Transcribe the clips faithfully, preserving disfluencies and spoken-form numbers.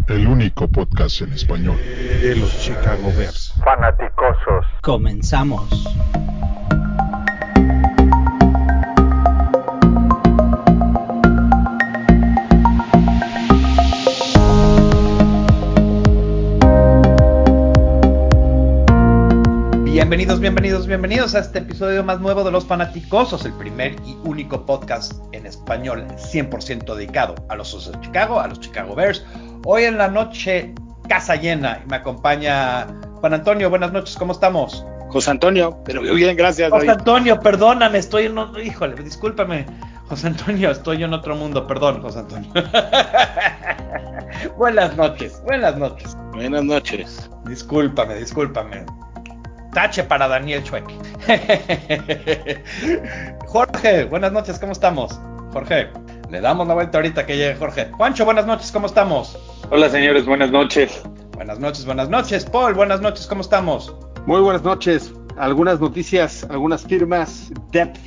el único podcast en español de los Chicago Bears. Fanaticosos. Comenzamos. Bienvenidos, bienvenidos, bienvenidos a este episodio más nuevo de Los Fanaticosos, el primer y único podcast en español cien por ciento dedicado a los Osos de Chicago, a los Chicago Bears. Hoy en la noche, casa llena, y me acompaña Juan Antonio. Buenas noches, ¿cómo estamos? José Antonio, pero bien, gracias. José Antonio, perdóname, estoy en otro... Híjole, discúlpame. José Antonio, estoy en otro mundo, perdón, José Antonio. Buenas noches, buenas noches. Buenas noches. Discúlpame, discúlpame. Tache para Daniel Chueque. Jorge, buenas noches, ¿cómo estamos? Jorge, le damos la vuelta ahorita que llegue Jorge. Juancho, buenas noches, ¿cómo estamos? Hola señores, buenas noches. Buenas noches, buenas noches. Paul, buenas noches, ¿cómo estamos? Muy buenas noches. Algunas noticias, algunas firmas, depth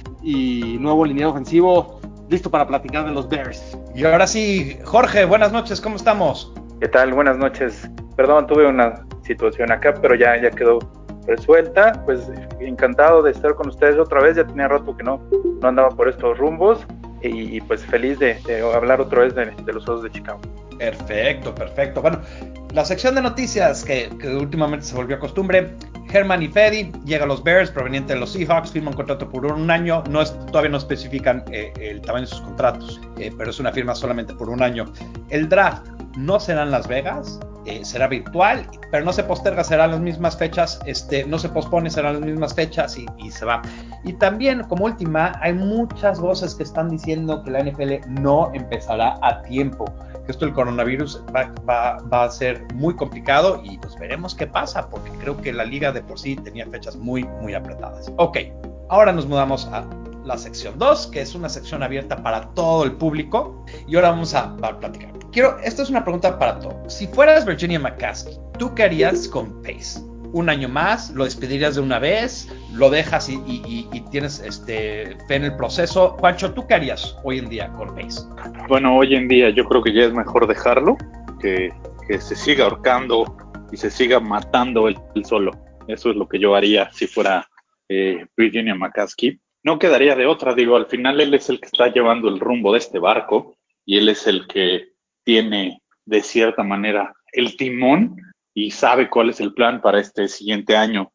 y nuevo lineal ofensivo, listo para platicar de los Bears. Y ahora sí, Jorge, buenas noches, ¿cómo estamos? ¿Qué tal? Buenas noches. Perdón, tuve una situación acá, pero ya, ya quedó resuelta. Pues encantado de estar con ustedes otra vez. Ya tenía rato que no, no andaba por estos rumbos y, y pues feliz de, de hablar otra vez de, de los Osos de Chicago. Perfecto, perfecto. Bueno, la sección de noticias que, que últimamente se volvió costumbre. Herman y Fedi llega a los Bears proveniente de los Seahawks, firma un contrato por un año. No es, todavía no especifican eh, el tamaño de sus contratos, eh, pero es una firma solamente por un año. El draft no será en Las Vegas, eh, será virtual, pero no se posterga, serán las mismas fechas, este, no se pospone, serán las mismas fechas y, y se va. Y también, como última, hay muchas voces que están diciendo que la N F L no empezará a tiempo, que esto del coronavirus va, va, va a ser muy complicado y pues veremos qué pasa, porque creo que la liga de por sí tenía fechas muy, muy apretadas. Ok, ahora nos mudamos a la sección dos, que es una sección abierta para todo el público, y ahora vamos a, a platicar. Quiero, esta es una pregunta para todos. Si fueras Virginia McCaskey, ¿tú qué harías con Pace? ¿Un año más? ¿Lo despedirías de una vez? ¿Lo dejas y, y, y, y tienes este, fe en el proceso? Juancho, ¿tú qué harías hoy en día con Pace? Bueno, hoy en día yo creo que ya es mejor dejarlo, que, que se siga ahorcando y se siga matando él, él solo. Eso es lo que yo haría si fuera eh, Virginia McCaskey. No quedaría de otra, digo, al final él es el que está llevando el rumbo de este barco y él es el que tiene de cierta manera el timón y sabe cuál es el plan para este siguiente año,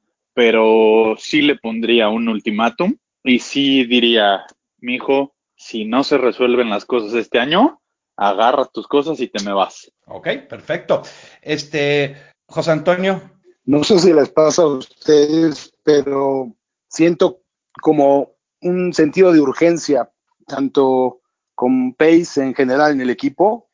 pero sí le pondría un ultimátum y sí diría, mijo, si no se resuelven las cosas este año, agarras tus cosas y te me vas. Ok, perfecto. Este, José Antonio. No sé si les pasa a ustedes, pero siento como un sentido de urgencia, tanto con Pace en general en el equipo,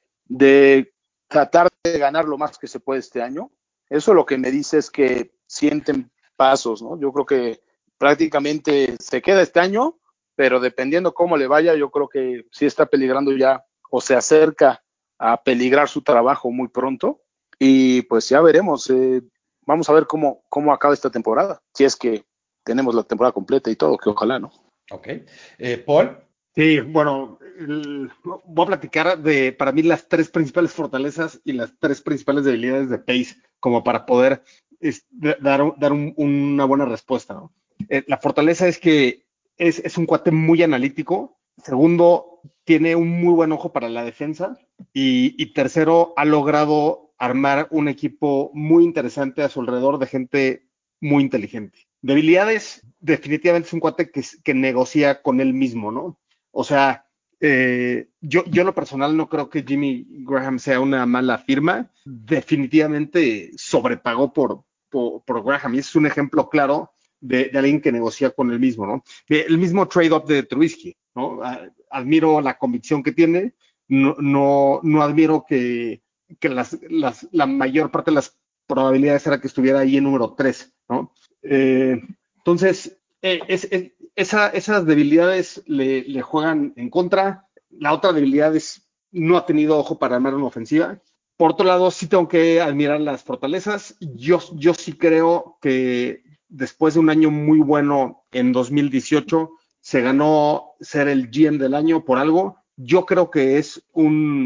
de tratar de ganar lo más que se puede este año. Eso lo que me dice es que sienten pasos, ¿no? Yo creo que prácticamente se queda este año, pero dependiendo cómo le vaya, yo creo que sí está peligrando ya o se acerca a peligrar su trabajo muy pronto. Y pues ya veremos, eh, vamos a ver cómo, cómo acaba esta temporada, si es que tenemos la temporada completa y todo, que ojalá, ¿no? Ok. Eh, Paul. Sí, bueno, el, voy a platicar de, para mí, las tres principales fortalezas y las tres principales debilidades de Pace, como para poder es, dar, dar un, una buena respuesta, ¿no? Eh, la fortaleza es que es, es un cuate muy analítico. Segundo, tiene un muy buen ojo para la defensa. Y, y tercero, ha logrado armar un equipo muy interesante a su alrededor de gente muy inteligente. Debilidades, definitivamente es un cuate que, que negocia con él mismo, ¿no? O sea, eh, yo, yo en lo personal no creo que Jimmy Graham sea una mala firma. Definitivamente sobrepagó por, por, por Graham y es un ejemplo claro de, de alguien que negocia con él mismo, ¿no? El mismo trade-up de Trubisky, ¿no? Admiro la convicción que tiene, no, no, no admiro que, que las, las, la mayor parte de las probabilidades era que estuviera ahí en número tres, ¿no? Eh, entonces, eh, es, es, esa, esas debilidades le, le juegan en contra. La otra debilidad es no ha tenido ojo para armar una ofensiva. Por otro lado, sí tengo que admirar las fortalezas. Yo, yo sí creo que después de un año muy bueno en dos mil dieciocho, se ganó ser el G M del año por algo. Yo creo que es un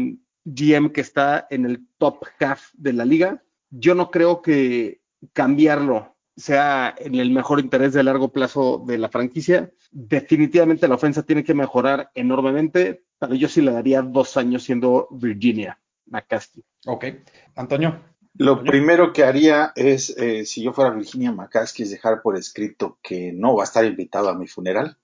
G M que está en el top half de la liga. Yo no creo que cambiarlo sea en el mejor interés de largo plazo de la franquicia. Definitivamente la ofensa tiene que mejorar enormemente, pero yo sí le daría dos años siendo Virginia McCaskey. Ok. Antonio. Lo Antonio. primero que haría es, eh, si yo fuera Virginia McCaskey, es dejar por escrito que no va a estar invitado a mi funeral,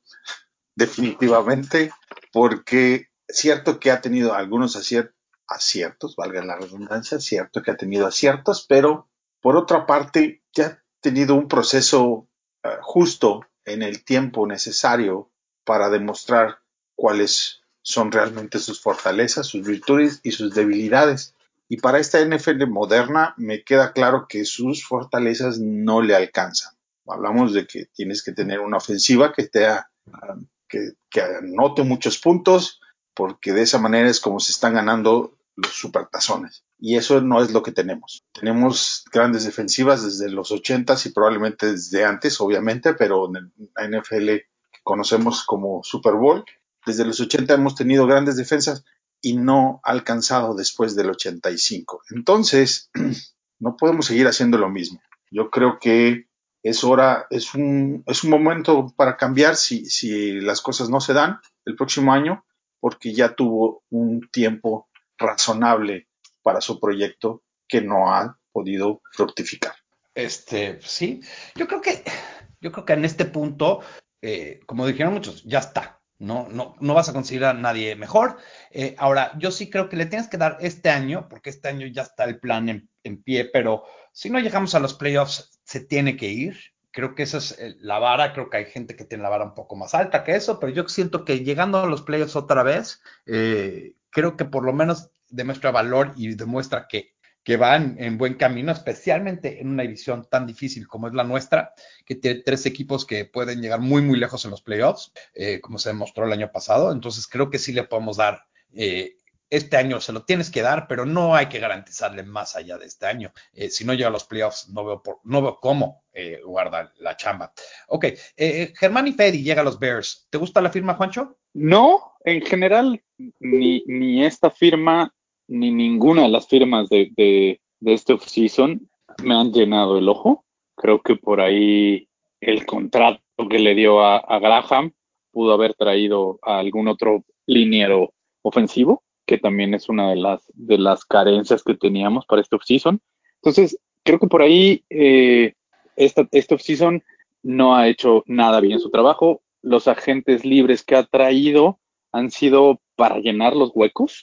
definitivamente, porque cierto que ha tenido algunos acier- aciertos, valga la redundancia, cierto que ha tenido aciertos, pero por otra parte ya ha tenido un proceso uh, justo en el tiempo necesario para demostrar cuáles son realmente sus fortalezas, sus virtudes y sus debilidades. Y para esta N F L moderna me queda claro que sus fortalezas no le alcanzan. Hablamos de que tienes que tener una ofensiva que te ha, uh, que, que anote muchos puntos, porque de esa manera es como se están ganando los supertazones. Y eso no es lo que tenemos. Tenemos grandes defensivas desde los ochentas y probablemente desde antes, obviamente, pero en la N F L que conocemos como Super Bowl, desde los ochenta hemos tenido grandes defensas y no ha alcanzado después del ochenta y cinco. Entonces, no podemos seguir haciendo lo mismo. Yo creo que es hora, es un, es un momento para cambiar si, si las cosas no se dan el próximo año, porque ya tuvo un tiempo razonable para su proyecto que no ha podido fructificar. Este, sí, yo creo que, yo creo que en este punto, eh, como dijeron muchos, ya está. No, no, no vas a conseguir a nadie mejor. Eh, ahora, yo sí creo que le tienes que dar este año, porque este año ya está el plan en, en pie, pero si no llegamos a los playoffs, se tiene que ir. Creo que esa es eh, la vara, creo que hay gente que tiene la vara un poco más alta que eso, pero yo siento que llegando a los playoffs otra vez, eh, creo que por lo menos demuestra valor y demuestra que que van en buen camino, especialmente en una división tan difícil como es la nuestra, que tiene tres equipos que pueden llegar muy, muy lejos en los playoffs, eh, como se demostró el año pasado. Entonces creo que sí le podemos dar, eh, este año se lo tienes que dar, pero no hay que garantizarle más allá de este año. Eh, si no llega a los playoffs, no veo, por, no veo cómo eh, guardar la chamba. Ok, eh, Germán y Fedi llega a los Bears. ¿Te gusta la firma, Juancho? No, en general, ni, ni esta firma, ni ninguna de las firmas de, de, de este offseason me han llenado el ojo. Creo que por ahí el contrato que le dio a, a Graham pudo haber traído a algún otro liniero ofensivo, que también es una de las, de las carencias que teníamos para este offseason. Entonces, creo que por ahí eh, esta, este offseason no ha hecho nada bien su trabajo. Los agentes libres que ha traído han sido para llenar los huecos.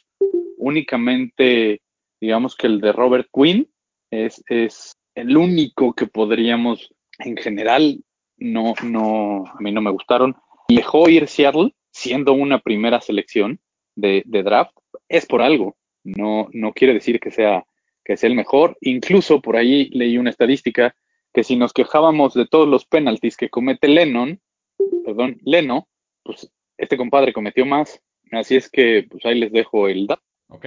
Únicamente, digamos que el de Robert Quinn es, es el único que podríamos, en general, no, no, a mí no me gustaron. Y dejó ir Seattle siendo una primera selección de, de draft. Es por algo. No, no quiere decir que sea, que sea el mejor. Incluso por ahí leí una estadística que si nos quejábamos de todos los penaltis que comete Lennon, perdón, Leno, pues este compadre cometió más. Así es que, pues ahí les dejo el dato. Ok.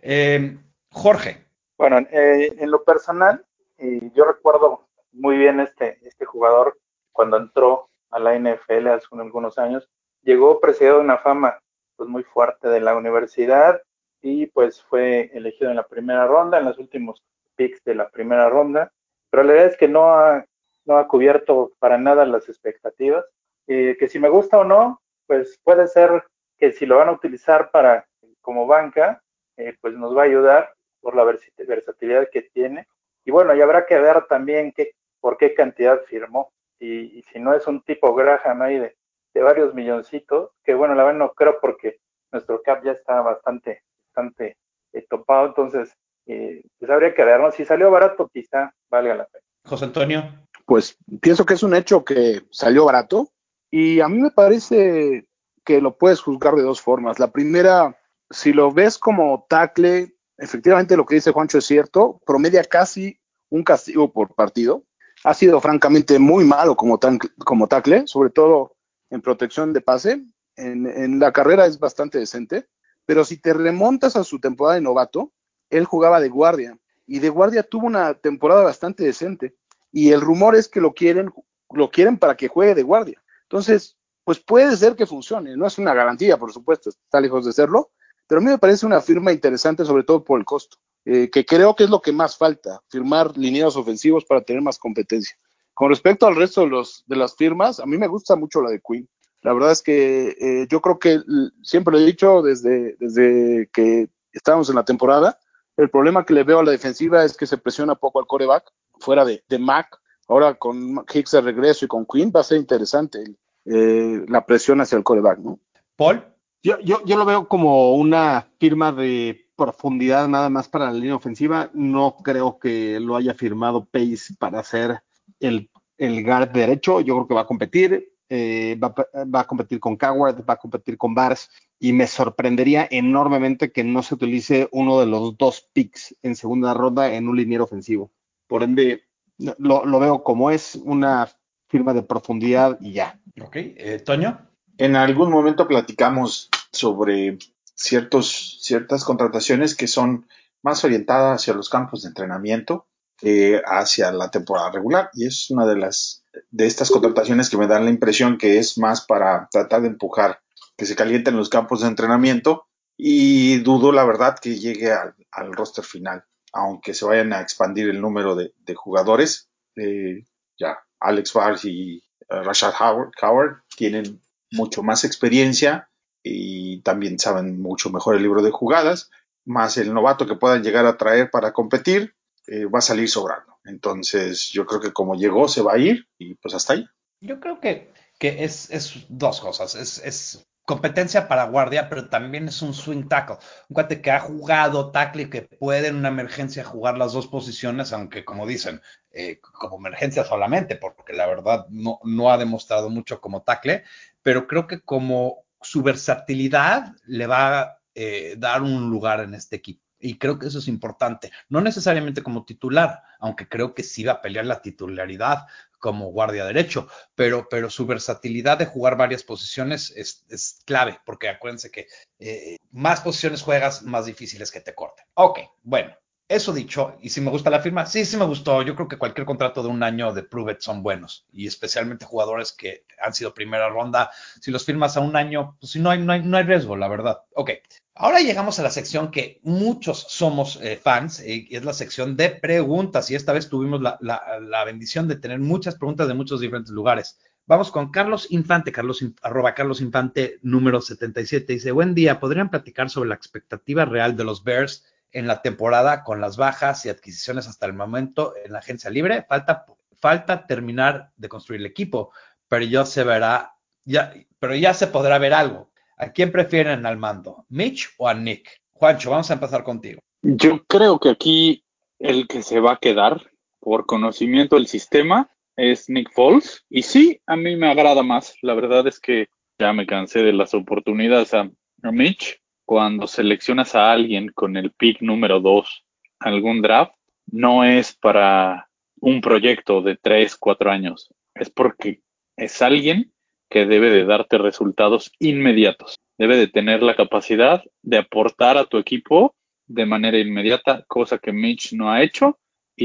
Eh, Jorge. Bueno, eh, en lo personal, eh, yo recuerdo muy bien este, este jugador cuando entró a la N F L hace algunos años. Llegó precedido de una fama pues, muy fuerte de la universidad y pues fue elegido en la primera ronda, en los últimos picks de la primera ronda. Pero la verdad es que no ha, no ha cubierto para nada las expectativas. Eh, que si me gusta o no, pues puede ser que si lo van a utilizar para como banca, eh, pues nos va a ayudar por la versatilidad que tiene. Y bueno, y habrá que ver también qué, por qué cantidad firmó. Y, y si no es un tipo Graham ahí de, de varios milloncitos, que bueno, la verdad no creo porque nuestro cap ya está bastante, bastante eh, topado. Entonces, eh, pues habría que ver, ¿no? Si salió barato, quizá valga la pena. José Antonio. Pues pienso que es un hecho que salió barato y a mí me parece que lo puedes juzgar de dos formas. La primera, si lo ves como tackle, efectivamente lo que dice Juancho es cierto, promedia casi un castigo por partido. Ha sido francamente muy malo como, tan, como tackle, sobre todo en protección de pase. En, en la carrera es bastante decente, pero si te remontas a su temporada de novato, él jugaba de guardia y de guardia tuvo una temporada bastante decente y el rumor es que lo quieren, lo quieren para que juegue de guardia. Entonces, pues puede ser que funcione, no es una garantía, por supuesto, está lejos de serlo, pero a mí me parece una firma interesante, sobre todo por el costo, eh, que creo que es lo que más falta, firmar linieros ofensivos para tener más competencia. Con respecto al resto de, los, de las firmas, a mí me gusta mucho la de Quinn. La verdad es que eh, yo creo que siempre lo he dicho desde, desde que estábamos en la temporada, el problema que le veo a la defensiva es que se presiona poco al quarterback, fuera de, de Mac. Ahora con Hicks de regreso y con Quinn va a ser interesante eh, la presión hacia el quarterback, ¿no? Paul. Yo, yo, yo lo veo como una firma de profundidad nada más para la línea ofensiva. No creo que lo haya firmado Pace para ser el, el guard derecho. Yo creo que va a competir. Eh, va, va a competir con Coward, va a competir con Bars. Y me sorprendería enormemente que no se utilice uno de los dos picks en segunda ronda en un liniero ofensivo. Por ende, lo, lo veo como es una firma de profundidad y ya. Ok, eh, Toño. En algún momento platicamos sobre ciertos, ciertas contrataciones que son más orientadas hacia los campos de entrenamiento que hacia la temporada regular, y es una de las de estas contrataciones que me dan la impresión que es más para tratar de empujar que se calienten los campos de entrenamiento, y dudo la verdad que llegue al, al roster final, aunque se vayan a expandir el número de, de jugadores. Eh, ya Alex Bars y uh, Rashad Howard, Howard tienen mucho más experiencia y también saben mucho mejor el libro de jugadas, más el novato que puedan llegar a traer para competir, eh, va a salir sobrando. Entonces yo creo que como llegó se va a ir y pues hasta ahí. Yo creo que, que es, es dos cosas. Es, es competencia para guardia, pero también es un swing tackle. Un cuate que ha jugado tackle y que puede en una emergencia jugar las dos posiciones, aunque como dicen, eh, como emergencia solamente, porque la verdad no, no ha demostrado mucho como tackle, pero creo que como su versatilidad le va a eh, dar un lugar en este equipo. Y creo que eso es importante. No necesariamente como titular, aunque creo que sí va a pelear la titularidad como guardia derecho, pero, pero su versatilidad de jugar varias posiciones es, es clave, porque acuérdense que eh, más posiciones juegas, más difíciles que te corten. Ok, bueno, eso dicho, y si me gusta la firma, sí, sí me gustó. Yo creo que cualquier contrato de un año de Prove It son buenos, y especialmente jugadores que han sido primera ronda, si los firmas a un año, pues si no hay, no hay, no hay riesgo, la verdad. Ok, ahora llegamos a la sección que muchos somos eh, fans, eh, y es la sección de preguntas, y esta vez tuvimos la, la, la bendición de tener muchas preguntas de muchos diferentes lugares. Vamos con Carlos Infante, Carlos, arroba Carlos Infante, número setenta y siete. Dice, buen día, ¿podrían platicar sobre la expectativa real de los Bears en la temporada con las bajas y adquisiciones hasta el momento en la agencia libre? Falta, falta terminar de construir el equipo, pero ya se verá, ya, pero ya se podrá ver algo. ¿A quién prefieren al mando? ¿Mitch o a Nick? Juancho, vamos a empezar contigo. Yo creo que aquí el que se va a quedar por conocimiento del sistema es Nick Foles. Y sí, a mí me agrada más. La verdad es que ya me cansé de las oportunidades a, a Mitch. Cuando seleccionas a alguien con el pick número dos, algún draft, no es para un proyecto de tres, cuatro años. Es porque es alguien que debe de darte resultados inmediatos. Debe de tener la capacidad de aportar a tu equipo de manera inmediata, cosa que Mitch no ha hecho.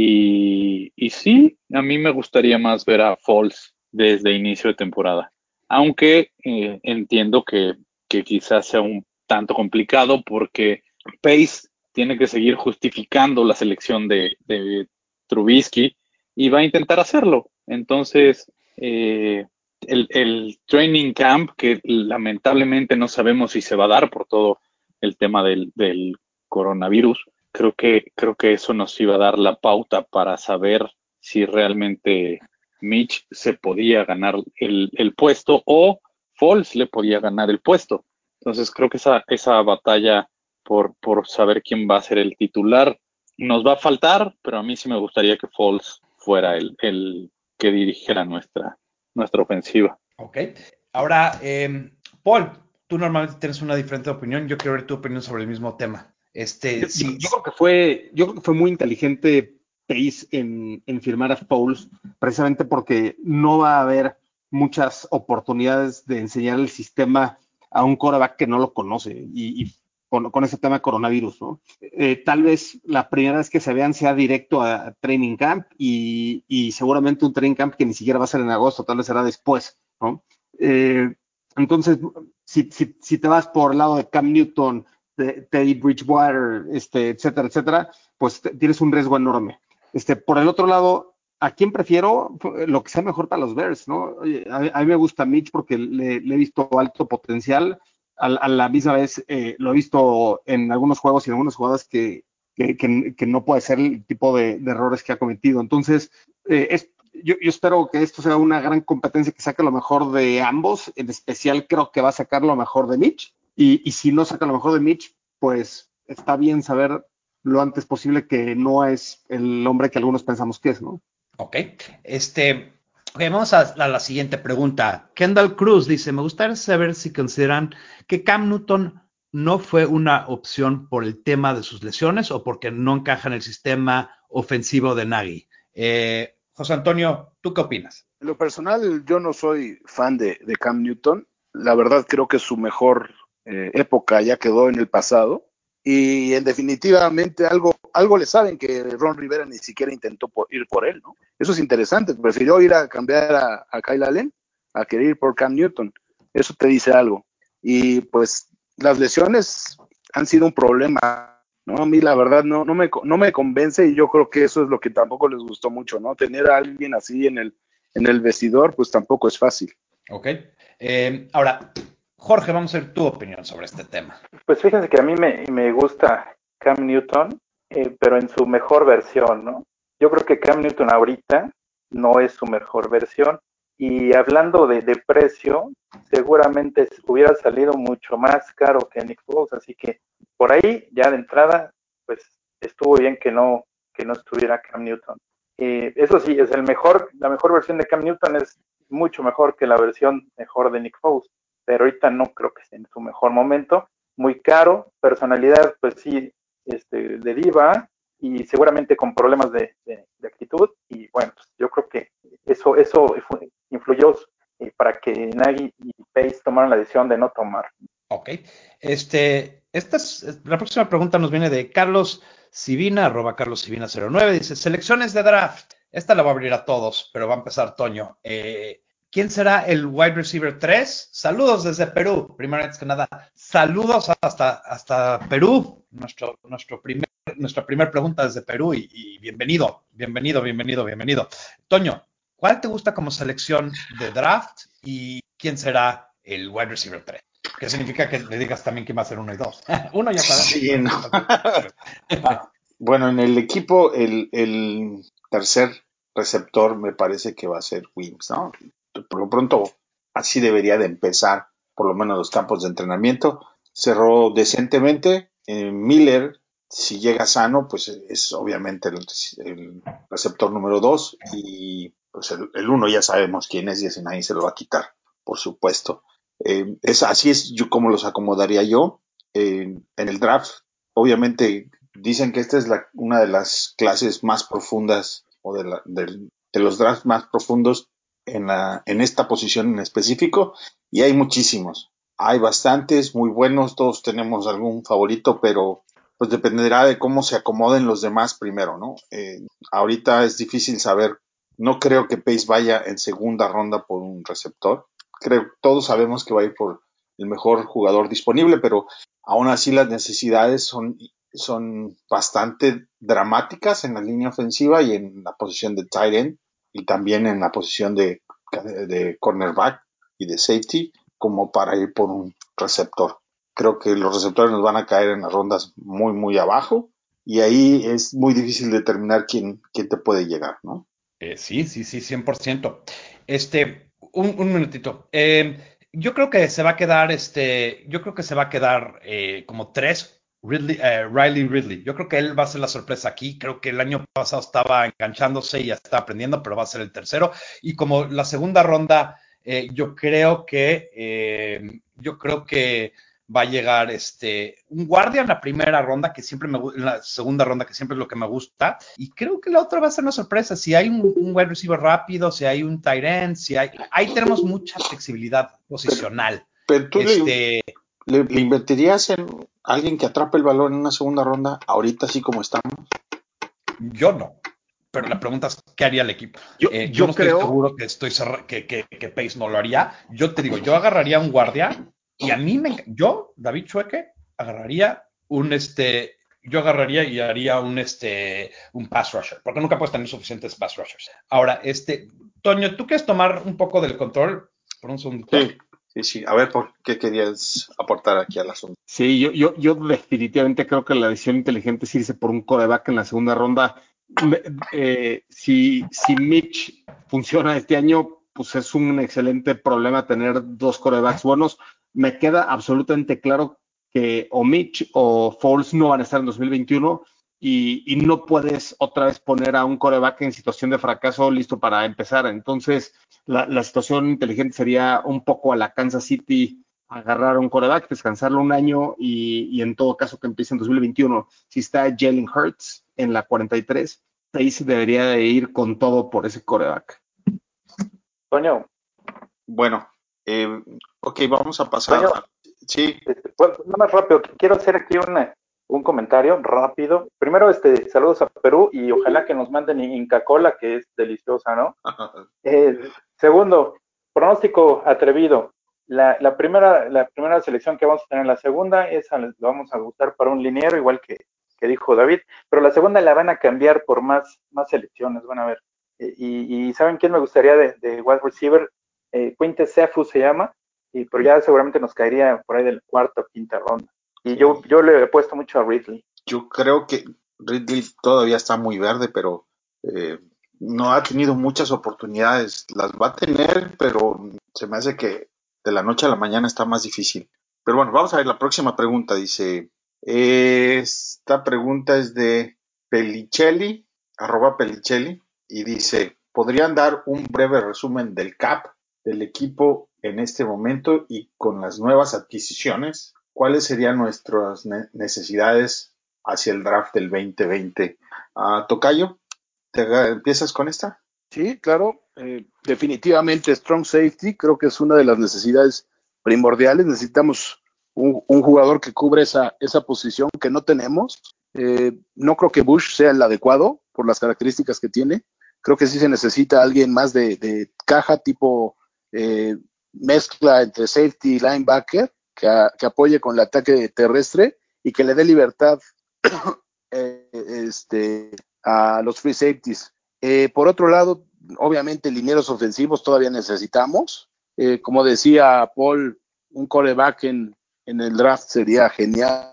Y, y sí, a mí me gustaría más ver a Foles desde inicio de temporada. Aunque eh, entiendo que, que quizás sea un tanto complicado porque Pace tiene que seguir justificando la selección de, de Trubisky y va a intentar hacerlo. Entonces, eh, el, el training camp, que lamentablemente no sabemos si se va a dar por todo el tema del, del coronavirus, creo que, creo que eso nos iba a dar la pauta para saber si realmente Mitch se podía ganar el, el puesto o Foles le podía ganar el puesto. Entonces creo que esa, esa batalla por, por saber quién va a ser el titular nos va a faltar, pero a mí sí me gustaría que Foles fuera el, el que dirigiera nuestra, nuestra ofensiva. Ok. Ahora, eh, Paul, tú normalmente tienes una diferente opinión. Yo quiero ver tu opinión sobre el mismo tema. Este, Yo, yo, sí, yo creo que fue, yo creo que fue muy inteligente Pace en, en firmar a Foles, precisamente porque no va a haber muchas oportunidades de enseñar el sistema a un quarterback que no lo conoce y, y con, con ese tema de coronavirus, ¿no? Eh, tal vez la primera vez que se vean sea directo a, a training camp y, y seguramente un training camp que ni siquiera va a ser en agosto, tal vez será después, ¿no? Eh, entonces, si, si, si te vas por el lado de Cam Newton, Teddy Bridgewater, este, etcétera, etcétera, pues te, tienes un riesgo enorme. Este, por el otro lado, ¿a quién prefiero? Lo que sea mejor para los Bears, ¿no? Oye, a, a, mí me gusta Mitch porque le, le he visto alto potencial. A, a la misma vez eh, lo he visto en algunos juegos y en algunas jugadas que, que, que, que no puede ser el tipo de, de errores que ha cometido. Entonces, eh, es, yo, yo espero que esto sea una gran competencia que saque lo mejor de ambos. En especial creo que va a sacar lo mejor de Mitch. Y, y si no saca lo mejor de Mitch, pues está bien saber lo antes posible que no es el hombre que algunos pensamos que es, ¿no? Ok. Este, okay, vamos a, a la siguiente pregunta. Kendall Cruz dice, me gustaría saber si consideran que Cam Newton no fue una opción por el tema de sus lesiones o porque no encaja en el sistema ofensivo de Nagy. Eh, José Antonio, ¿tú qué opinas? En lo personal, yo no soy fan de, de Cam Newton. La verdad creo que su mejor eh, época ya quedó en el pasado. Y en definitivamente algo, algo le saben que Ron Rivera ni siquiera intentó por, ir por él, ¿no? Eso es interesante. Prefirió ir a cambiar a, a Kyle Allen a querer ir por Cam Newton. Eso te dice algo. Y pues las lesiones han sido un problema, ¿no? A mí la verdad no, no, me, no me convence y yo creo que eso es lo que tampoco les gustó mucho, ¿no? Tener a alguien así en el, en el vestidor, pues tampoco es fácil. Ok. Eh, ahora, Jorge, vamos a ver tu opinión sobre este tema. Pues fíjense que a mí me, me gusta Cam Newton, eh, pero en su mejor versión, ¿no? Yo creo que Cam Newton ahorita no es su mejor versión. Y hablando de, de precio, seguramente hubiera salido mucho más caro que Nick Foles, así que por ahí, ya de entrada, pues estuvo bien que no, que no estuviera Cam Newton. Eh, eso sí, es el mejor, la mejor versión de Cam Newton es mucho mejor que la versión mejor de Nick Foles, pero ahorita no creo que esté en su mejor momento. Muy caro, personalidad, pues sí, este, de diva, y seguramente con problemas de, de, de actitud, y bueno, pues yo creo que eso, eso influyó eh, para que Nagy y Pace tomaran la decisión de no tomar. Ok. Este, esta es, la próxima pregunta nos viene de Carlos Sivina, arroba Carlos Sivina cero nueve, dice, selecciones de draft. Esta la voy a abrir a todos, pero va a empezar Toño. Eh, ¿Quién será el wide receiver tres? Saludos desde Perú, primero antes que nada. Saludos hasta, hasta Perú, nuestro, nuestro primer, nuestra primera pregunta desde Perú y, y bienvenido, bienvenido, bienvenido, bienvenido. Toño, ¿cuál te gusta como selección de draft y quién será el wide receiver tres? Que significa que le digas también quién va a ser uno y dos. Uno ya sabemos. Sí, no. Ah, bueno, en el equipo, el, el tercer receptor me parece que va a ser Wims, ¿no? Por lo pronto, así debería de empezar, por lo menos los campos de entrenamiento. Cerró decentemente. Eh, Miller, si llega sano, pues es obviamente el, el receptor número dos. Y pues el, el uno ya sabemos quién es y ese nadie se lo va a quitar, por supuesto. Eh, es, así es yo como los acomodaría yo eh, en el draft. Obviamente dicen que esta es la, una de las clases más profundas o de, la, de, de los drafts más profundos en, la, en esta posición en específico, y hay muchísimos. Hay bastantes muy buenos, todos tenemos algún favorito, pero pues dependerá de cómo se acomoden los demás primero, ¿no? Eh, ahorita es difícil saber. No creo que Pace vaya en segunda ronda por un receptor. Creo, todos sabemos que va a ir por el mejor jugador disponible, pero aún así las necesidades son, son bastante dramáticas en la línea ofensiva y en la posición de tight end y también en la posición de, de cornerback y de safety como para ir por un receptor. Creo que los receptores nos van a caer en las rondas muy, muy abajo y ahí es muy difícil determinar quién, quién te puede llegar, ¿no? Eh, sí, sí, sí, cien por ciento. Este, un, un minutito. Eh, yo creo que se va a quedar, este, yo creo que se va a quedar eh, como tres Ridley, eh, Riley Ridley. Yo creo que él va a ser la sorpresa aquí. Creo que el año pasado estaba enganchándose y ya está aprendiendo, pero va a ser el tercero. Y como la segunda ronda, eh, yo creo que, eh, yo creo que va a llegar este un guardia en la primera ronda, que siempre me en la segunda ronda, que siempre es lo que me gusta, y creo que la otra va a ser una sorpresa. Si hay un, un wide receiver rápido, si hay un tight end, si hay, ahí tenemos mucha flexibilidad posicional. Pero, pero tú este, le, le, le invertirías en alguien que atrape el balón en una segunda ronda, ahorita así como estamos. Yo no. Pero la pregunta es, ¿qué haría el equipo? Yo, Eh, yo, yo no creo, estoy seguro que, estoy cerra- que, que, que Pace no lo haría. Yo te digo, yo agarraría un guardia y a mí me... Yo, David Chueque, agarraría un este, yo agarraría y haría un este, un pass rusher, porque nunca puedes tener suficientes pass rushers. Ahora, este, Toño, ¿tú quieres tomar un poco del control por un segundito? Sí, sí, sí. A ver, ¿por qué querías aportar aquí al asunto? Sí, yo, yo, yo definitivamente creo que la decisión inteligente es irse por un coreback en la segunda ronda. Me- eh, si, si Mitch funciona este año, pues es un excelente problema tener dos corebacks buenos. Me queda absolutamente claro que o Mitch o Foles no van a estar en dos mil veintiuno y, y no puedes otra vez poner a un coreback en situación de fracaso listo para empezar. Entonces, la, la situación inteligente sería un poco a la Kansas City agarrar un coreback, descansarlo un año y, y en todo caso que empiece en dos mil veintiuno. Si está Jalen Hurts en la cuarenta y tres, ahí se debería de ir con todo por ese coreback. Toño, Bueno, eh, ok, vamos a pasar. Toño, a- Sí, este, bueno, nada más rápido, quiero hacer aquí una, un comentario rápido. Primero, este, saludos a Perú y ojalá que nos manden Inca Cola, que es deliciosa, ¿no? Eh, segundo, pronóstico atrevido. La, la, primera, la primera selección que vamos a tener, la segunda, esa la vamos a gustar para un liniero, igual que, que dijo David, pero la segunda la van a cambiar por más, más selecciones, van a ver. Eh, y, y ¿saben quién me gustaría de, de wide receiver? Eh, Quinte Cefu se llama, y, pero ya seguramente nos caería por ahí del cuarto o quinta ronda. Y Sí. yo, yo le he puesto mucho a Ridley. Yo creo que Ridley todavía está muy verde, pero eh, no ha tenido muchas oportunidades. Las va a tener, pero se me hace que de la noche a la mañana está más difícil. Pero bueno, vamos a ver la próxima pregunta. Dice, eh, esta pregunta es de Pelicelli, arroba Pelicelli, y dice, ¿podrían dar un breve resumen del cap del equipo en este momento y con las nuevas adquisiciones? ¿Cuáles serían nuestras ne- necesidades hacia el draft del veinte veinte? Uh, Tocayo, ¿te aga- empiezas con esta? Sí, claro, eh, definitivamente strong safety creo que es una de las necesidades primordiales. Necesitamos un, un jugador que cubre esa, esa posición que no tenemos. Eh, no creo que Bush sea el adecuado por las características que tiene. Creo que sí se necesita alguien más de, de caja tipo eh, mezcla entre safety y linebacker que, a, que apoye con el ataque terrestre y que le dé libertad eh, este, a los free safeties. Eh, por otro lado, obviamente, linieros ofensivos todavía necesitamos. Eh, como decía Paul, un coreback en, en el draft sería genial.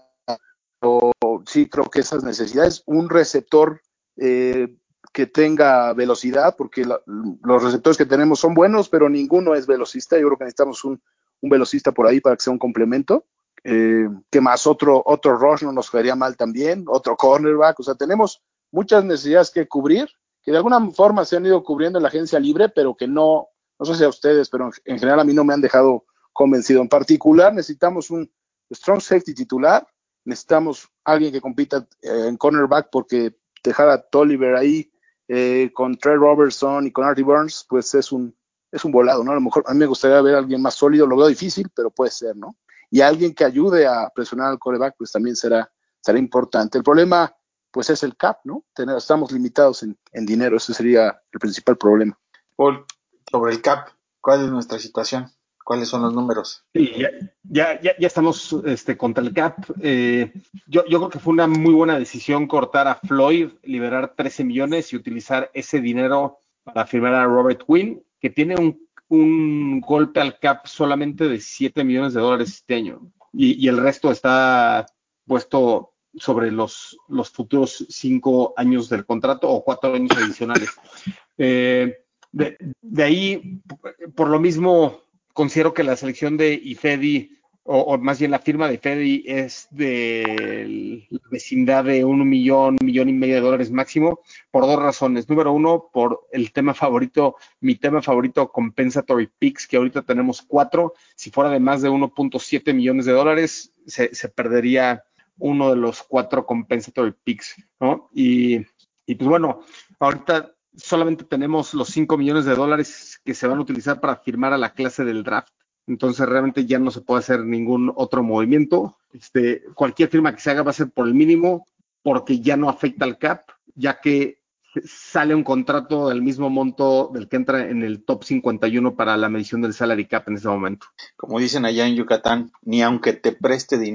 O, sí, creo que esas necesidades. Un receptor eh, que tenga velocidad, porque la, los receptores que tenemos son buenos, pero ninguno es velocista. Yo creo que necesitamos un, un velocista por ahí para que sea un complemento. Eh, que más otro, otro rush no nos quedaría mal también, otro cornerback. O sea, tenemos muchas necesidades que cubrir que de alguna forma se han ido cubriendo en la agencia libre, pero que no, no sé si a ustedes, pero en, en general a mí no me han dejado convencido. En particular, necesitamos un strong safety titular, necesitamos alguien que compita eh, en cornerback, porque dejar a Tolliver ahí eh, con Trey Robertson y con Artie Burns, pues es un, es un volado, ¿no? A lo mejor a mí me gustaría ver a alguien más sólido, lo veo difícil, pero puede ser, ¿no? Y alguien que ayude a presionar al coreback, pues también será, será importante. El problema pues es el cap, ¿no? Tener, estamos limitados en, en dinero, ese sería el principal problema. Paul, sobre el cap, ¿cuál es nuestra situación? ¿Cuáles son los números? Sí, ya, ya, ya, ya estamos este, contra el cap. Eh, yo, yo creo que fue una muy buena decisión cortar a Floyd, liberar trece millones y utilizar ese dinero para firmar a Robert Quinn, que tiene un, un golpe al cap solamente de siete millones de dólares este año. Y, y el resto está puesto sobre los, los futuros cinco años del contrato o cuatro años adicionales. Eh, de, de ahí, por lo mismo, considero que la selección de Ifedi, o, o más bien la firma de Ifedi, es de la vecindad de un millón, millón y medio de dólares máximo, por dos razones. Número uno, por el tema favorito, mi tema favorito, compensatory picks, que ahorita tenemos cuatro. Si fuera de más de uno punto siete millones de dólares, se, se perdería uno de los cuatro compensatory picks, ¿no? Y, y pues bueno, ahorita solamente tenemos los cinco millones de dólares que se van a utilizar para firmar a la clase del draft. Entonces realmente ya no se puede hacer ningún otro movimiento. Este, cualquier firma que se haga va a ser por el mínimo porque ya no afecta al cap, ya que sale un contrato del mismo monto del que entra en el top cincuenta y uno para la medición del salary cap en ese momento. Como dicen allá en Yucatán, ni aunque te preste dinero.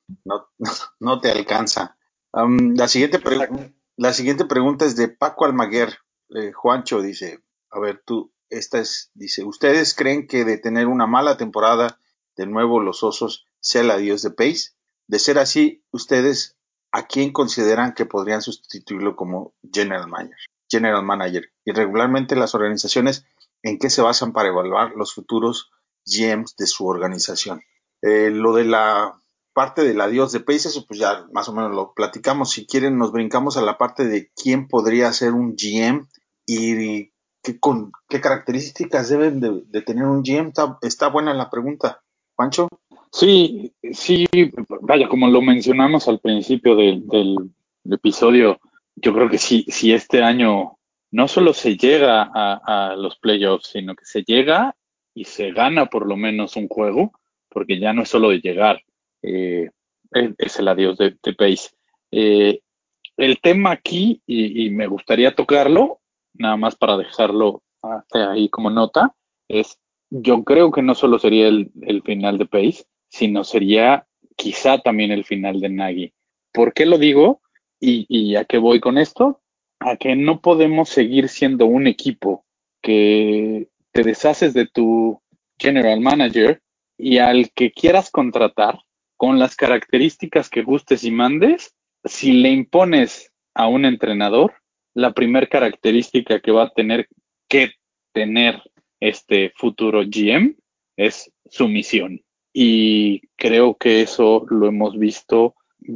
no, no te alcanza. Um, la, siguiente pre- la siguiente pregunta es de Paco Almaguer. Eh, Juancho dice, a ver, tú, esta es, dice, ¿ustedes creen que de tener una mala temporada, de nuevo los Osos sea el adiós de Pace? De ser así, ¿ustedes a quién consideran que podrían sustituirlo como general manager? General manager. Y regularmente las organizaciones, ¿en qué se basan para evaluar los futuros G Ms de su organización? Eh, lo de la parte del adiós de Pace, eso pues ya más o menos lo platicamos. Si quieren, nos brincamos a la parte de quién podría ser un G M y qué, con, qué características deben de, de tener un G M. Está, está buena la pregunta, Pancho. Sí, sí, vaya, como lo mencionamos al principio del, del episodio, yo creo que sí, si este año no solo se llega a, a los playoffs, sino que se llega y se gana por lo menos un juego, porque ya no es solo de llegar, eh, es, es el adiós de, de Pace. Eh, el tema aquí, y, y me gustaría tocarlo, nada más para dejarlo ah, ahí como nota, es yo creo que no solo sería el, el final de Pace, sino sería quizá también el final de Nagy. ¿Por qué lo digo? ¿Y, y a qué voy con esto? A que no podemos seguir siendo un equipo que te deshaces de tu general manager y al que quieras contratar con las características que gustes y mandes, si le impones a un entrenador, la primera característica que va a tener que tener este futuro G M es sumisión. Y creo que eso lo hemos visto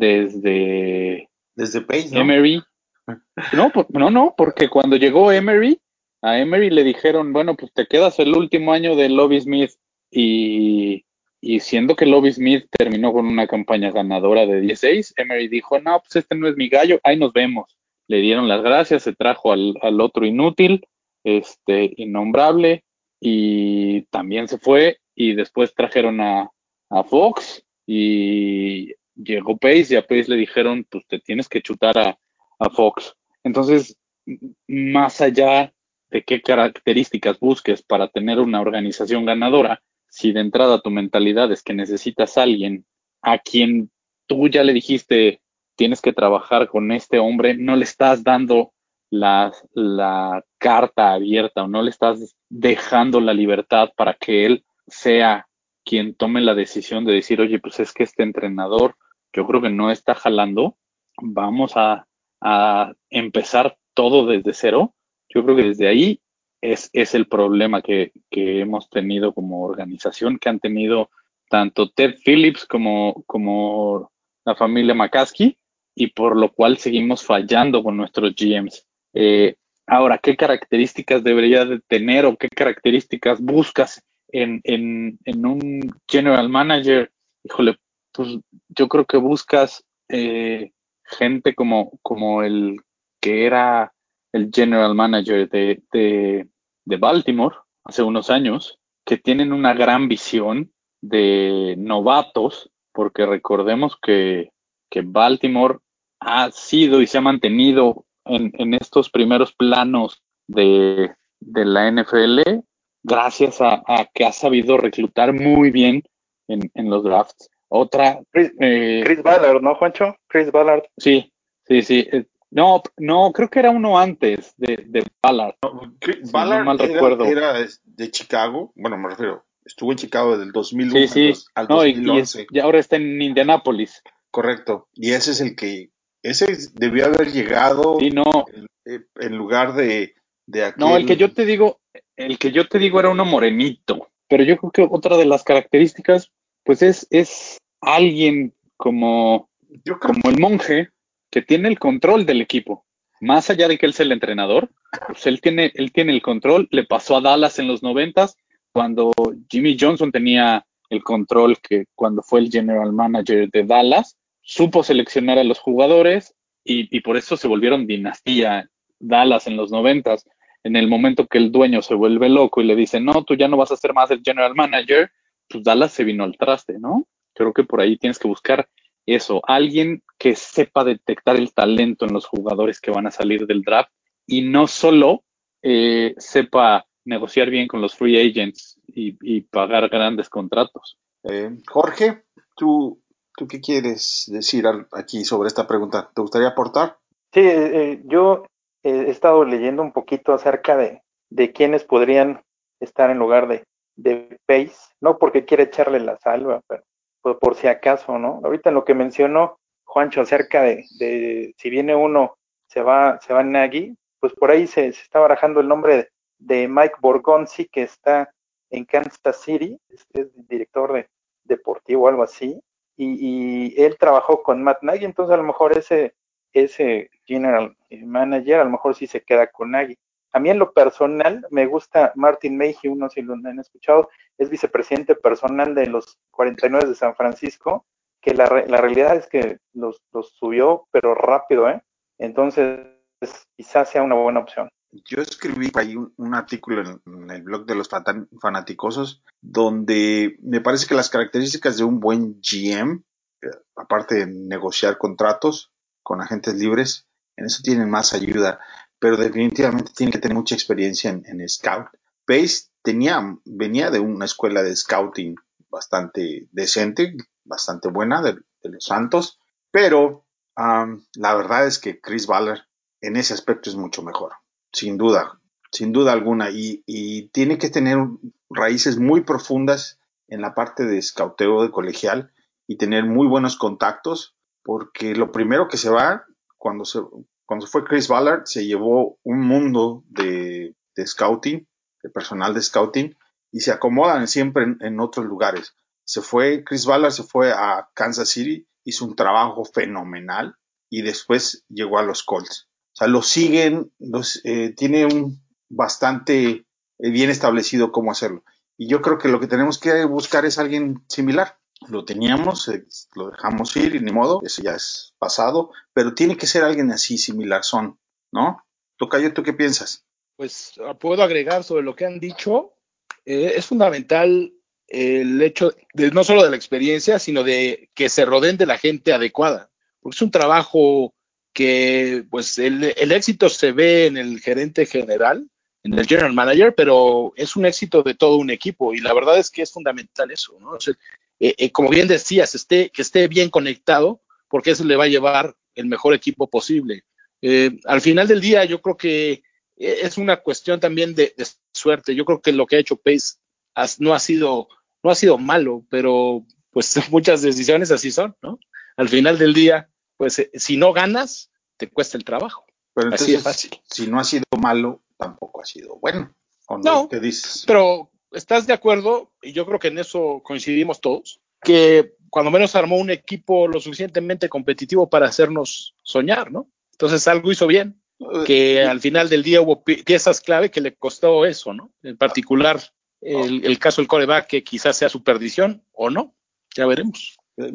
desde Desde Pace, ¿no? Emery. No, no, no, porque cuando llegó Emery, a Emery le dijeron, bueno, pues te quedas el último año de Lovie Smith y, y siendo que Lovie Smith terminó con una campaña ganadora de dieciséis, Emery dijo, no, pues este no es mi gallo, ahí nos vemos. Le dieron las gracias, se trajo al, al otro inútil, este, innombrable, y también se fue, y después trajeron a, a Fox, y llegó Pace, y a Pace le dijeron, pues te tienes que chutar a, a Fox. Entonces, más allá de qué características busques para tener una organización ganadora, si de entrada tu mentalidad es que necesitas a alguien a quien tú ya le dijiste tienes que trabajar con este hombre, no le estás dando la, la carta abierta o no le estás dejando la libertad para que él sea quien tome la decisión de decir, oye, pues es que este entrenador yo creo que no está jalando, vamos a, a empezar todo desde cero. Yo creo que desde ahí es, es el problema que, que hemos tenido como organización, que han tenido tanto Ted Phillips como, como la familia McCaskey, y por lo cual seguimos fallando con nuestros G Ms. Eh, ahora, ¿qué características debería de tener o qué características buscas en, en, en un general manager? Híjole, pues yo creo que buscas eh, gente como, como el que era el general manager de, de, de Baltimore hace unos años, que tienen una gran visión de novatos, porque recordemos que, que Baltimore ha sido y se ha mantenido en, en estos primeros planos de, de la N F L gracias a, a, que ha sabido reclutar muy bien en, en los drafts. Otra. Chris, Eh, Chris Ballard, ¿no, Juancho? Chris Ballard. Sí, sí, sí. No, no, creo que era uno antes de, de Ballard. Si no Ballard mal era, recuerdo. era de Chicago, bueno, me refiero, estuvo en Chicago del dos mil uno Sí, al, sí. dos, al No, y, y, es, dos mil once. y ahora está en Indianápolis. Correcto. Y ese es el que, ese debió haber llegado Sí, no. en, en lugar de, de No, el que yo aquel. te digo, el que yo te digo era uno morenito. Pero yo creo que otra de las características, pues es, es alguien como, Yo creo como el monje que tiene el control del equipo. Más allá de que él sea el entrenador, pues él tiene, él tiene el control. Le pasó a Dallas en los noventas, cuando Jimmy Johnson tenía el control, que cuando fue el general manager de Dallas, supo seleccionar a los jugadores y, y por eso se volvieron dinastía Dallas en los noventas. En el momento que el dueño se vuelve loco y le dice, no, tú ya no vas a ser más el general manager, pues Dallas se vino al traste, ¿no? Creo que por ahí tienes que buscar eso, alguien que sepa detectar el talento en los jugadores que van a salir del draft y no solo eh, sepa negociar bien con los free agents y, y pagar grandes contratos. Eh, Jorge, ¿tú, ¿tú qué quieres decir al, aquí sobre esta pregunta? ¿Te gustaría aportar? Sí, eh, yo eh, he estado leyendo un poquito acerca de, de quiénes podrían estar en lugar de, de Pace, no porque quiera echarle la salva, pero por, por si acaso, ¿no? Ahorita lo que mencionó Juancho acerca de, de si viene uno, se va, se va Nagy, pues por ahí se, se está barajando el nombre de, de Mike Borgonzi, que está en Kansas City, es, es director de, deportivo o algo así, y, y él trabajó con Matt Nagy, entonces a lo mejor ese ese general manager a lo mejor sí se queda con Nagy. A mí en lo personal me gusta Martin Mayhew, no sé si lo han escuchado, es vicepresidente personal de los cuarenta y nueve de San Francisco, que la, la realidad es que los, los subió, pero rápido, ¿eh? Entonces quizás sea una buena opción. Yo escribí ahí un, un artículo en, en el blog de los fatan- fanaticosos donde me parece que las características de un buen G M, eh, aparte de negociar contratos con agentes libres, en eso tienen más ayuda, pero definitivamente tiene que tener mucha experiencia en, en scout. Pace tenía, venía de una escuela de scouting bastante decente, bastante buena de, de los Santos, pero um, la verdad es que Chris Ballard en ese aspecto es mucho mejor. Sin duda, sin duda alguna, y, y tiene que tener raíces muy profundas en la parte de escauteo de colegial y tener muy buenos contactos, porque lo primero que se va, cuando se, cuando fue Chris Ballard, se llevó un mundo de, de scouting, de personal de scouting, y se acomodan siempre en, en otros lugares. Se fue, Chris Ballard se fue a Kansas City, hizo un trabajo fenomenal, y después llegó a los Colts. O sea, lo siguen, los, eh, tiene un bastante eh, bien establecido cómo hacerlo. Y yo creo que lo que tenemos que buscar es alguien similar. Lo teníamos, eh, lo dejamos ir y ni modo, eso ya es pasado, pero tiene que ser alguien así, similar son, ¿no? Tocayo, ¿tú qué piensas? Pues puedo agregar sobre lo que han dicho. Eh, es fundamental el hecho de no solo de la experiencia, sino de que se rodeen de la gente adecuada. Porque es un trabajo que, pues, el, el éxito se ve en el gerente general, en el general manager, pero es un éxito de todo un equipo. Y la verdad es que es fundamental eso, ¿no? O sea, eh, eh, como bien decías, esté, que esté bien conectado, porque eso le va a llevar el mejor equipo posible. Eh, al final del día, yo creo que es una cuestión también de, de suerte. Yo creo que lo que ha hecho Pace has, no ha sido no ha sido malo, pero pues muchas decisiones así son, ¿no? Al final del día, pues eh, si no ganas, te cuesta el trabajo. Pero Así de entonces, fácil. si no ha sido malo, tampoco ha sido bueno. ¿O no? No, ¿Qué dices? pero estás de acuerdo, y yo creo que en eso coincidimos todos, que cuando menos armó un equipo lo suficientemente competitivo para hacernos soñar, ¿no? Entonces algo hizo bien, que al final del día hubo piezas clave que le costó eso, ¿no? En particular, el, el caso del quarterback, que quizás sea su perdición o no, ya veremos.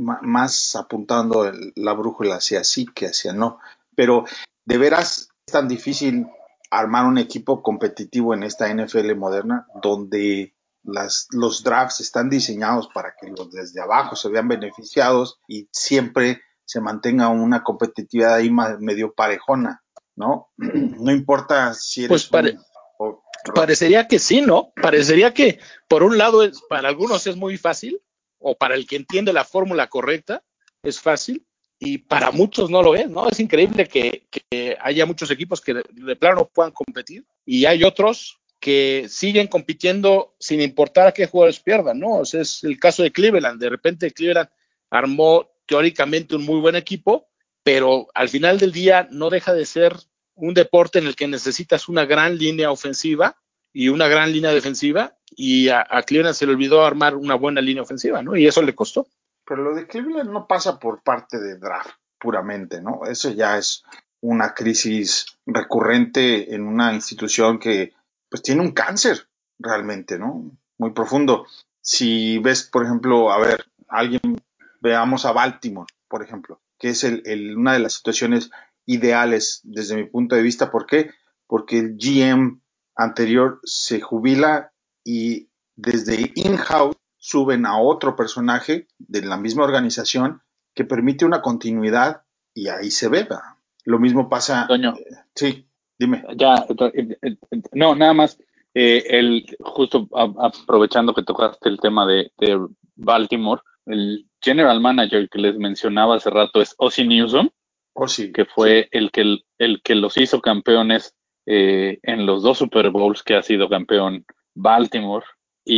Más apuntando el, la brújula hacia sí que hacia no. Pero de veras es tan difícil armar un equipo competitivo en esta N F L moderna, donde las, los drafts están diseñados para que los desde abajo se vean beneficiados y siempre se mantenga una competitividad ahí medio parejona, ¿no? No importa si eres pues pare, un... Oh, parecería que sí, ¿no? Parecería que por un lado es, para algunos es muy fácil, o para el que entiende la fórmula correcta es fácil, y para muchos no lo es, ¿no? Es increíble que, que haya muchos equipos que de, de plano no puedan competir, y hay otros que siguen compitiendo sin importar a qué jugadores pierdan, ¿no? O sea, es el caso de Cleveland. De repente Cleveland armó teóricamente un muy buen equipo, pero al final del día no deja de ser un deporte en el que necesitas una gran línea ofensiva y una gran línea defensiva, y a, a Cleveland se le olvidó armar una buena línea ofensiva, ¿no? Y eso le costó. Pero lo de Cleveland no pasa por parte de draft puramente, ¿no? Eso ya es una crisis recurrente en una institución que pues tiene un cáncer realmente, ¿no? Muy profundo. Si ves, por ejemplo, a ver, alguien, veamos a Baltimore, por ejemplo, que es el, el, una de las situaciones ideales desde mi punto de vista. ¿Por qué? Porque el G M anterior se jubila y desde in-house suben a otro personaje de la misma organización que permite una continuidad y ahí se ve. ¿verdad? Lo mismo pasa. Toño, Eh, sí, dime. ya, no, nada más, eh, el, justo a, aprovechando que tocaste el tema de, de Baltimore, el general manager que les mencionaba hace rato es Ozzie Newsome, Oh, sí, que fue sí. el, que, el, el que los hizo campeones eh, en los dos Super Bowls que ha sido campeón Baltimore.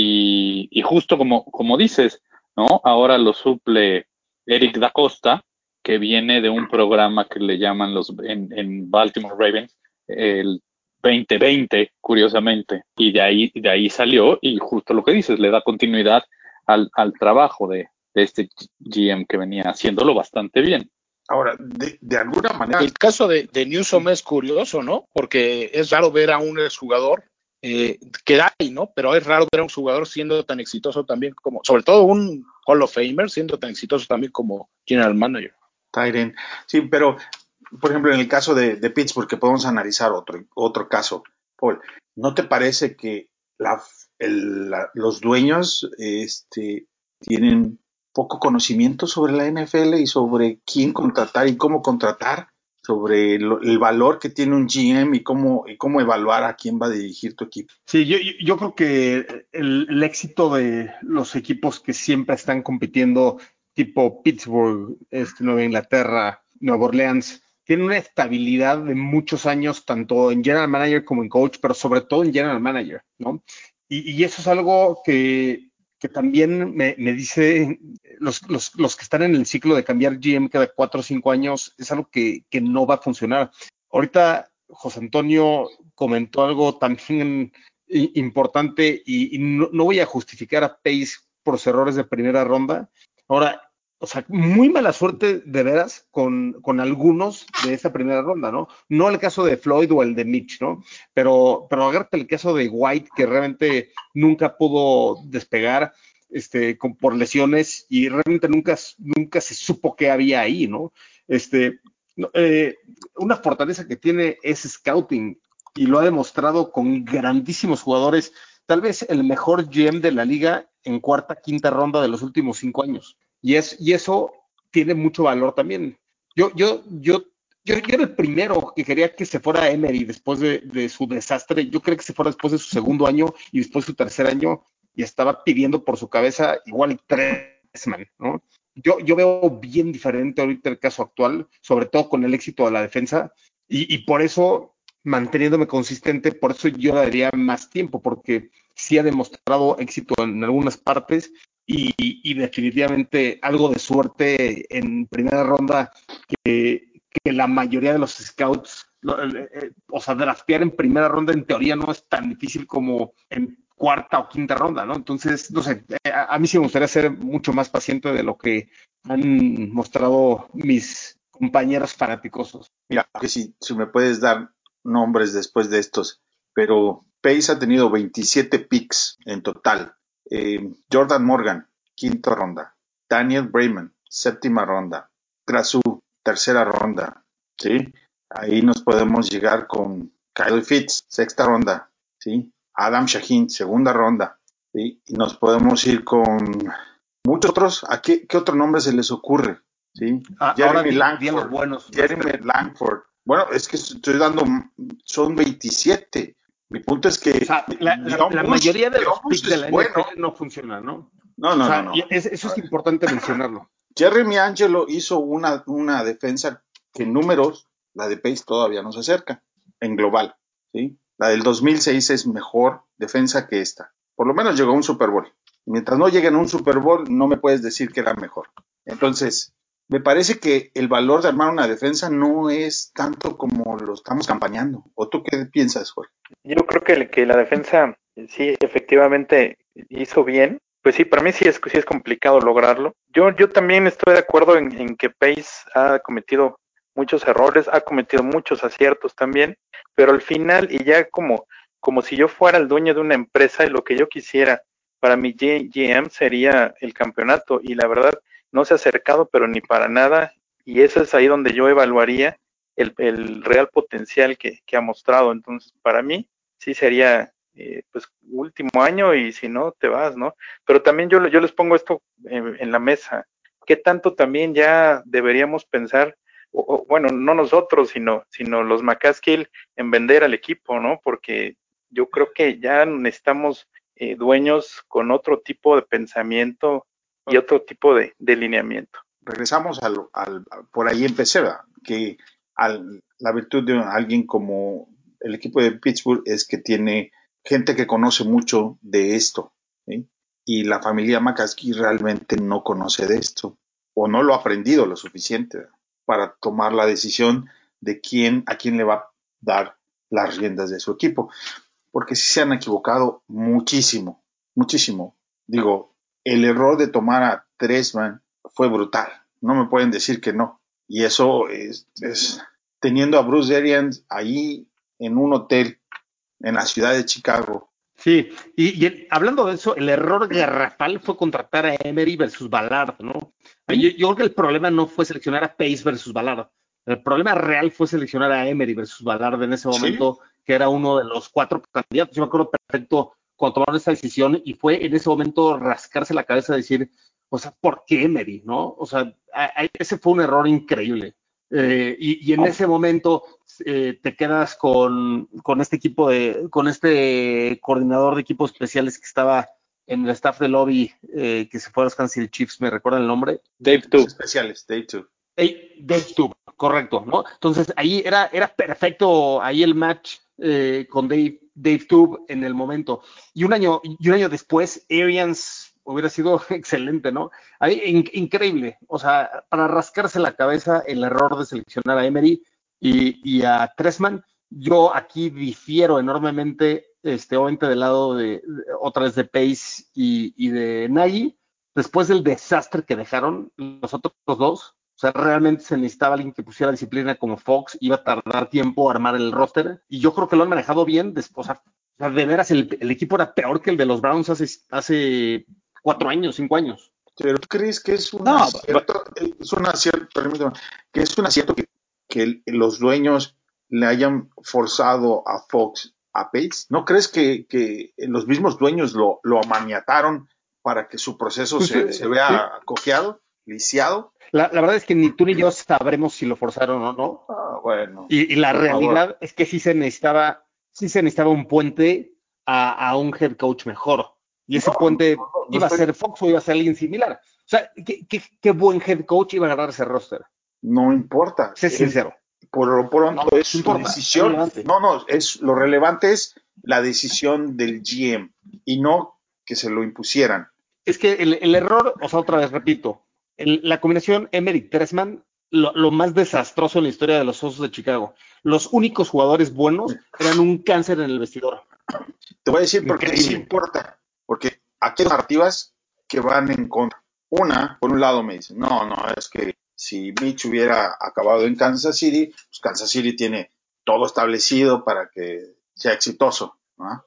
Y, y justo como, como dices, ¿no? Ahora lo suple Eric Da Costa, que viene de un programa que le llaman los en, en Baltimore Ravens, el veinte veinte, curiosamente, y de ahí, de ahí salió, y justo lo que dices, le da continuidad al, al trabajo de, de este G M que venía haciéndolo bastante bien. Ahora, de, de alguna manera. El caso de, de Newsom es curioso, ¿no? Porque es raro ver a un exjugador eh, que hay, ¿no? Pero es raro ver a un jugador siendo tan exitoso también como, sobre todo un Hall of Famer, siendo tan exitoso también como General Manager. Tyren. Sí, pero, por ejemplo, en el caso de, de Pittsburgh, que podemos analizar otro, otro caso, Paul, ¿no te parece que la, el, la, los dueños este, tienen poco conocimiento sobre la N F L y sobre quién contratar y cómo contratar, sobre lo, el valor que tiene un G M y cómo, y cómo evaluar a quién va a dirigir tu equipo? Sí, yo, yo yo creo que el, el éxito de los equipos que siempre están compitiendo, tipo Pittsburgh, este, Nueva Inglaterra, Nueva Orleans, tiene una estabilidad de muchos años, tanto en general manager como en coach, pero sobre todo en general manager, ¿no? Y, y eso es algo que, que también me, me dice los, los, los que están en el ciclo de cambiar G M cada cuatro o cinco años, es algo que, que no va a funcionar. Ahorita José Antonio comentó algo también importante y, y no, no, voy a justificar a Pace por sus errores de primera ronda. Ahora, o sea, muy mala suerte de veras con, con algunos de esa primera ronda, ¿no? No el caso de Floyd o el de Mitch, ¿no? Pero, pero agárrate el caso de White, que realmente nunca pudo despegar este, con, por lesiones y realmente nunca, nunca se supo qué había ahí, ¿no? Este, eh, una fortaleza que tiene es scouting y lo ha demostrado con grandísimos jugadores, tal vez el mejor G M de la liga en cuarta, quinta ronda de los últimos cinco años. Y, es, y eso tiene mucho valor también. Yo, yo, yo, yo, yo era el primero que quería que se fuera Emery después de, de su desastre. Yo quería que se fuera después de su segundo año y después de su tercer año y estaba pidiendo por su cabeza igual tres, man, ¿no? Yo, yo veo bien diferente ahorita el caso actual, sobre todo con el éxito de la defensa, y, y por eso manteniéndome consistente, por eso yo daría más tiempo, porque sí ha demostrado éxito en algunas partes y, y definitivamente algo de suerte en primera ronda que, que la mayoría de los scouts, lo, eh, eh, o sea, draftear en primera ronda en teoría no es tan difícil como en cuarta o quinta ronda, ¿no? Entonces, no sé, eh, a, a mí sí me gustaría ser mucho más paciente de lo que han mostrado mis compañeros fanáticosos. Mira, que si, si me puedes dar nombres después de estos, pero Pace ha tenido veintisiete picks en total. Eh, Jordan Morgan, quinta ronda. Daniel Brayman, séptima ronda. Grasu, tercera ronda. ¿Sí? Ahí nos podemos llegar con Kyle Fitz, sexta ronda. ¿Sí? Adam Shaheen, segunda ronda. ¿Sí? Y nos podemos ir con muchos otros. ¿A qué, qué otro nombre se les ocurre? ¿Sí? Ah, ahora Jeremy di, Langford. di a los buenos. Jeremy Langford. Bueno, es que estoy dando, son veintisiete. Mi punto es que O sea, la, la, John la Bush, mayoría de los John Bush picks de es la bueno. N F L no funcionan, ¿no? No, O no, no, sea, no. y es- eso es importante mencionarlo. Jeremy Angelo hizo una, una defensa que en números, la de Pace todavía no se acerca, en global. ¿Sí? La del dos mil seis es mejor defensa que esta. Por lo menos llegó a un Super Bowl. Mientras no lleguen a un Super Bowl, no me puedes decir que era mejor. Entonces, me parece que el valor de armar una defensa no es tanto como lo estamos campañando. ¿O tú qué piensas, Jorge? Yo creo que, que la defensa sí efectivamente hizo bien. Pues sí, para mí sí es, sí es complicado lograrlo. Yo, yo también estoy de acuerdo en, en que Pace ha cometido muchos errores, ha cometido muchos aciertos también, pero al final, y ya como, como si yo fuera el dueño de una empresa y lo que yo quisiera para mi G M sería el campeonato, y la verdad no se ha acercado, pero ni para nada, y eso es ahí donde yo evaluaría el, el real potencial que, que ha mostrado. Entonces, para mí, sí sería eh, pues último año y si no te vas, ¿no? Pero también yo, yo les pongo esto en, en la mesa. ¿Qué tanto también ya deberíamos pensar, o, o, bueno, no nosotros, sino, sino los McCaskill en vender al equipo, ¿no? Porque yo creo que ya necesitamos eh, dueños con otro tipo de pensamiento y otro tipo de, de lineamiento. Regresamos al, al, por ahí empecé, ¿verdad? Que al, la virtud de alguien como el equipo de Pittsburgh es que tiene gente que conoce mucho de esto, ¿sí? Y la familia McCaskey realmente no conoce de esto, o no lo ha aprendido lo suficiente, ¿verdad?, para tomar la decisión de quién, a quién le va a dar las riendas de su equipo, porque sí se han equivocado muchísimo, muchísimo. Digo, el error de tomar a Trestman fue brutal, no me pueden decir que no, y eso es, es teniendo a Bruce Arians ahí en un hotel en la ciudad de Chicago. Sí, y, y el- hablando de eso, el error garrafal fue contratar a Emery versus Ballard, ¿no? Yo, yo creo que el problema no fue seleccionar a Pace versus Ballard. El problema real fue seleccionar a Emery versus Ballard en ese Sí, momento, que era uno de los cuatro candidatos. Yo me acuerdo perfecto cuando tomaron esa decisión y fue en ese momento rascarse la cabeza y decir, o sea, ¿por qué Emery, no? O sea, a- a- ese fue un error increíble. Eh, y, y en ese momento eh, te quedas con, con este equipo de, con este coordinador de equipos especiales que estaba en el staff de lobby, eh, que se fue a los Kansas City Chiefs, ¿me recuerdan el nombre? Dave los Tube. especiales, Day two. Hey, Dave Tube, correcto, ¿no? Entonces ahí era, era perfecto ahí el match eh, con Dave, Dave Tube en el momento. Y un año, y un año después, Arians hubiera sido excelente, ¿no? Ahí, in- increíble. O sea, para rascarse la cabeza el error de seleccionar a Emery y, y a Trestman, yo aquí difiero enormemente, este, obviamente del lado de, de- otra vez de Pace y, y de Nagy, después del desastre que dejaron los otros dos. O sea, realmente se necesitaba alguien que pusiera disciplina como Fox, iba a tardar tiempo armar el roster, y yo creo que lo han manejado bien. Después, o sea, de veras, el, el equipo era peor que el de los Browns hace, hace cuatro años, cinco años. Pero ¿tú crees que es un No, acierto, es un acierto, permítame, que es un acierto que, que los dueños le hayan forzado a Fox a Pace? ¿No crees que, que los mismos dueños lo, lo amaniataron para que su proceso Pues, se, se eh, vea cojeado, lisiado? la, la verdad es que ni tú ni yo sabremos si lo forzaron o no. Ah, bueno, Y, y la por favor. realidad es que sí se necesitaba, sí se necesitaba un puente a, a un head coach mejor. Y ese No, no, puente no, no iba a estoy, ser Fox o iba a ser alguien similar. O sea, ¿qué, qué, qué buen head coach iba a agarrar ese roster? no importa. Sé El, sincero. por lo pronto No, es no su importa, es decisión. relevante. No, no, es lo relevante es la decisión del G M y no que se lo impusieran. Es que el, el error, o sea, otra vez repito, el- la combinación Emery-Trestman, lo, lo más desastroso en la historia de los Osos de Chicago. Los únicos jugadores buenos eran un cáncer en el vestidor. Te voy a decir por qué sí Increíble. importa, porque aquí hay narrativas que van en contra. Una, por un lado me dicen, no, no, es que si Mitch hubiera acabado en Kansas City, pues Kansas City tiene todo establecido para que sea exitoso, ¿no?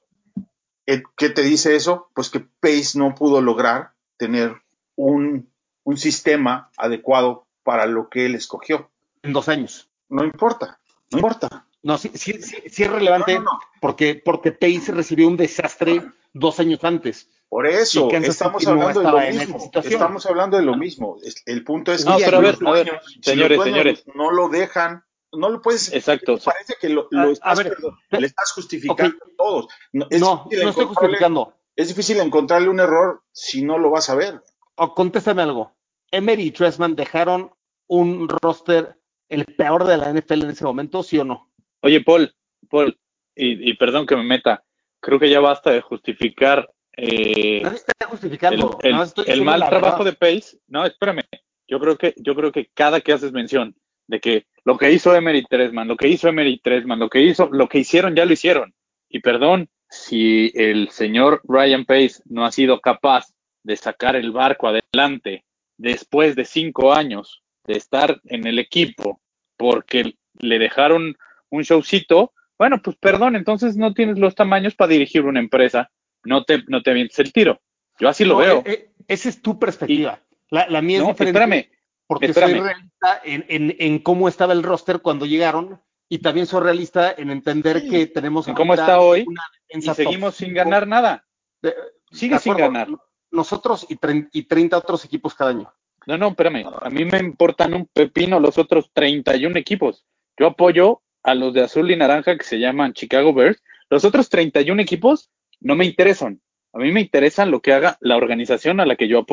Eh, ¿Qué te dice eso? Pues que Pace no pudo lograr tener un, un sistema adecuado para lo que él escogió. En dos años. No importa, no importa. No, sí, sí, sí, sí es No, no, relevante no. porque, porque Pace recibió un desastre dos años antes Por y eso, Kansas City estamos no hablando de lo estaba en esa mismo, situación. estamos hablando de lo mismo. Es- El punto es que No, Oye, si pero a los ver, a ver, dueños, si los señores, dueños señores. no lo dejan, no lo puedes, Exacto. me parece que lo, lo a, a estás, ver, perdón, le te- estás ok, justificando a todos. No, es no, difícil no estoy encontrarle, justificando. es difícil encontrarle un error si no lo vas a ver. O contéstame algo. Emery y Trestman dejaron un roster el peor de la N F L en ese momento, ¿sí o no? Oye, Paul, Paul, y, y perdón que me meta, creo que ya basta de justificar eh, Nadie está el, justificando, nada el, más estoy el diciendo mal la trabajo verdad. de Pace. No, espérame. Yo creo que, yo creo que cada que haces mención de que lo que hizo Emery Tresman, lo que hizo Emery Tresman, lo que hizo, lo que hicieron, ya lo hicieron. Y perdón, si el señor Ryan Pace no ha sido capaz de sacar el barco adelante después de cinco años de estar en el equipo porque le dejaron un showcito, bueno, pues perdón, entonces no tienes los tamaños para dirigir una empresa, no te, no te avientes el tiro. Yo así lo No, eh, veo. eh, esa es tu Y perspectiva. La, la mía es no, diferente espérame, porque soy espérame. realista en, en, en cómo estaba el roster cuando llegaron y también soy realista en entender que Sí, tenemos en cómo está ahorita hoy una y defensa top seguimos sin cinco. ganar nada. De, de Sigue sin acuerdo, ganar. nosotros y, y treinta otros equipos cada año. No, no, espérame. A mí me importan un pepino los otros treinta y uno equipos. Yo apoyo a los de azul y naranja que se llaman Chicago Bears. Los otros treinta y uno equipos no me interesan. A mí me interesan lo que haga la organización a la que yo apoyo.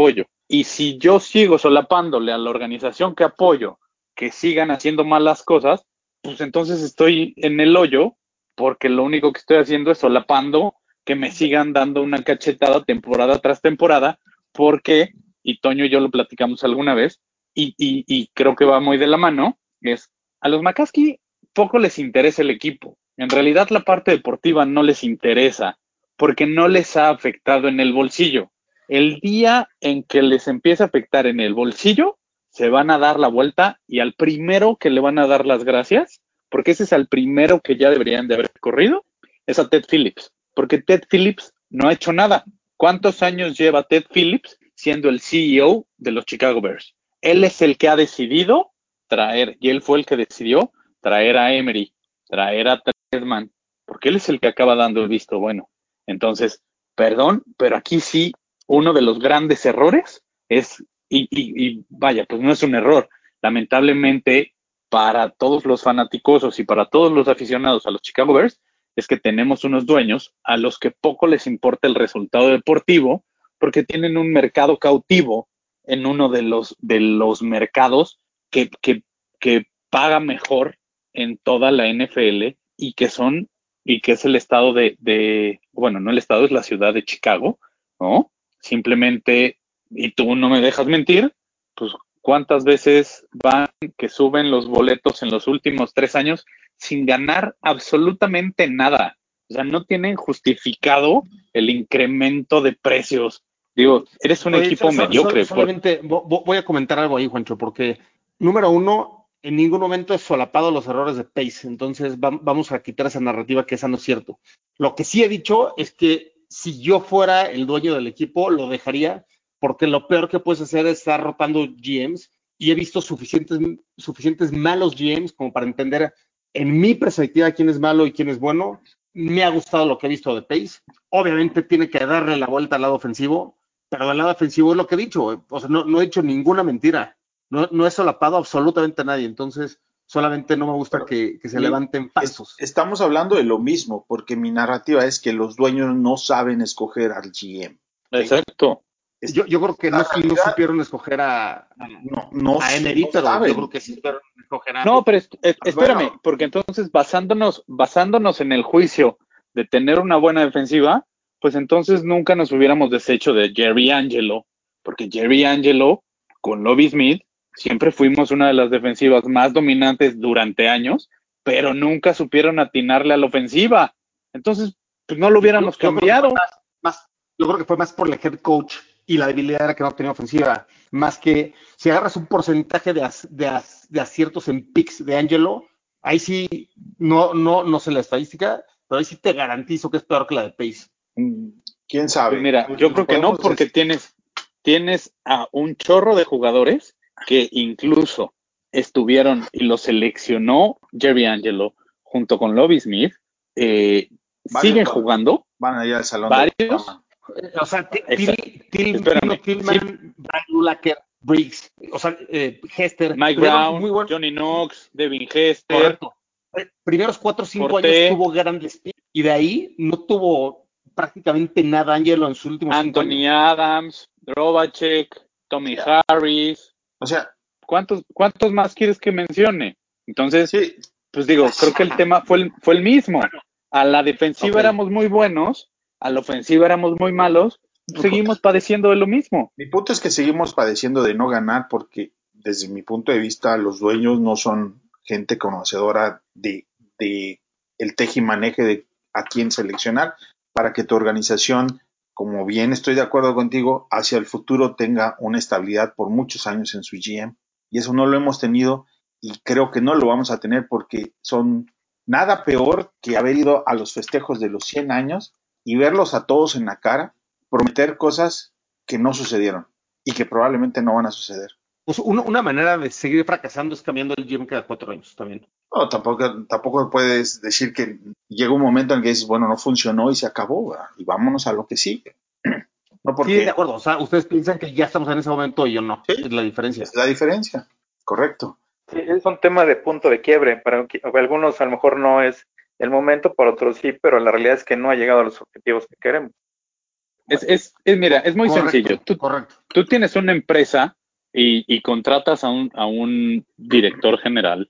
Y si yo sigo solapándole a la organización que apoyo que sigan haciendo malas cosas, pues entonces estoy en el hoyo, porque lo único que estoy haciendo es solapando que me sigan dando una cachetada temporada tras temporada, porque, y Toño y yo lo platicamos alguna vez, y, y, y creo que va muy de la mano, es a los McCaskey poco les interesa el equipo. En realidad la parte deportiva no les interesa, porque no les ha afectado en el bolsillo. El día en que les empiece a afectar en el bolsillo, se van a dar la vuelta y al primero que le van a dar las gracias, porque ese es el primero que ya deberían de haber corrido, es a Ted Phillips, porque Ted Phillips no ha hecho nada. ¿Cuántos años lleva Ted Phillips siendo el C E O de los Chicago Bears? Él es el que ha decidido traer, y él fue el que decidió traer a Emery, traer a Tedman, porque él es el que acaba dando el visto bueno. Entonces, perdón, pero aquí sí, uno de los grandes errores es, y, y, y vaya, pues no es un error, lamentablemente para todos los fanáticos y para todos los aficionados a los Chicago Bears, es que tenemos unos dueños a los que poco les importa el resultado deportivo, porque tienen un mercado cautivo en uno de los, de los mercados que, que, que paga mejor en toda la N F L y que son, y que es el estado de, de, bueno, no el estado, es la ciudad de Chicago, ¿no? Simplemente, y tú no me dejas mentir, pues cuántas veces van que suben los boletos en los últimos tres años sin ganar absolutamente nada. O sea, no tienen justificado el incremento de precios. Digo, eres un Oye, equipo so- so- mediocre. so- Por... solamente vo- vo- voy a comentar algo ahí, Juancho, porque número uno, en ningún momento he solapado los errores de Pace, entonces va- vamos a quitar esa narrativa que esa no es cierto. Lo que sí he dicho es que si yo fuera el dueño del equipo, lo dejaría, porque lo peor que puedes hacer es estar rotando G Ms y he visto suficientes, suficientes malos G Ms como para entender en mi perspectiva quién es malo y quién es bueno. Me ha gustado lo que he visto de Pace. Obviamente tiene que darle la vuelta al lado ofensivo, pero del lado defensivo es lo que he dicho, o sea, no, no he dicho ninguna mentira, no, no he solapado absolutamente a nadie, entonces solamente no me gusta Pero que, que se mi- levanten es- falsos. estamos hablando de lo mismo, porque mi narrativa es que los dueños no saben escoger al G M. ¿Ok? Exacto. Es Yo, yo creo que la no, no realidad, supieron escoger a, no, no, a s- Emery, no pero yo creo saben. que sí supieron escoger a... No, pero est- eh, Pues espérame, bueno, porque entonces basándonos, basándonos en el juicio de tener una buena defensiva, pues entonces nunca nos hubiéramos deshecho de Jerry Angelo, porque Jerry Angelo con Lovie Smith siempre fuimos una de las defensivas más dominantes durante años, pero nunca supieron atinarle a la ofensiva. Entonces, pues no lo Yo, hubiéramos yo creo que fue cambiado. más, más, yo creo que fue más por el head coach y la debilidad era que no tenía ofensiva, más que si agarras un porcentaje de, as- de, as- de aciertos en picks de Angelo, ahí sí, no, no, no sé la estadística, pero ahí sí te garantizo que es peor que la de Pace. mm, quién Pues sabe. mira, yo Lo creo que no, podemos porque decir. tienes, tienes a un chorro de jugadores que incluso estuvieron y los seleccionó Jerry Angelo junto con Lovie Smith, eh, Varios siguen van, jugando, van a ir al Salón de la varios, Fama. Eh, O sea, Ti- exa- Til- Til- Tino espérame, sí, Tillman, Brian Urlacher, Briggs, o sea, eh, Hester, Mike tuvieron Brown, muy buen, Johnny Knox, Devin Hester, correcto. Eh, primeros cuatro o cinco años Forte, tuvo grandes picks y de ahí no tuvo prácticamente nada Angelo en sus últimos cinco años. Anthony Adams, Drovacek, Tommy Harris. O sea, ¿Cuántos, cuántos más quieres que mencione? Entonces, sí, pues digo, creo que el tema fue el, fue el mismo. A la defensiva Ok. éramos muy buenos, a la ofensiva éramos muy malos, seguimos padeciendo de lo mismo. mi punto es que seguimos padeciendo de no ganar porque desde mi punto de vista los dueños no son gente conocedora de, de el tejimaneje de a quién seleccionar para que tu organización, como bien estoy de acuerdo contigo, hacia el futuro tenga una estabilidad por muchos años en su G M. Y eso no lo hemos tenido y creo que no lo vamos a tener porque son nada peor que haber ido a los festejos de los cien años y verlos a todos en la cara, prometer cosas que no sucedieron y que probablemente no van a suceder. Pues una, una manera de seguir fracasando es cambiando el G M cada cuatro años también. No, tampoco, tampoco puedes decir que llega un momento en que dices, bueno, no funcionó y se acabó, ¿verdad? Y vámonos a lo que sigue. No Sí, de porque acuerdo. O sea, ustedes piensan que ya estamos en ese momento y yo no. sí, Es la diferencia. es la diferencia. Correcto. Sí, es un tema de punto de quiebre. Para que- para algunos a lo mejor no es el momento, para otros sí, pero la realidad es que no ha llegado a los objetivos que queremos. Es, es, es, mira, es muy Correcto, sencillo. Tú, correcto. tú tienes una empresa y, y contratas a un, a un director general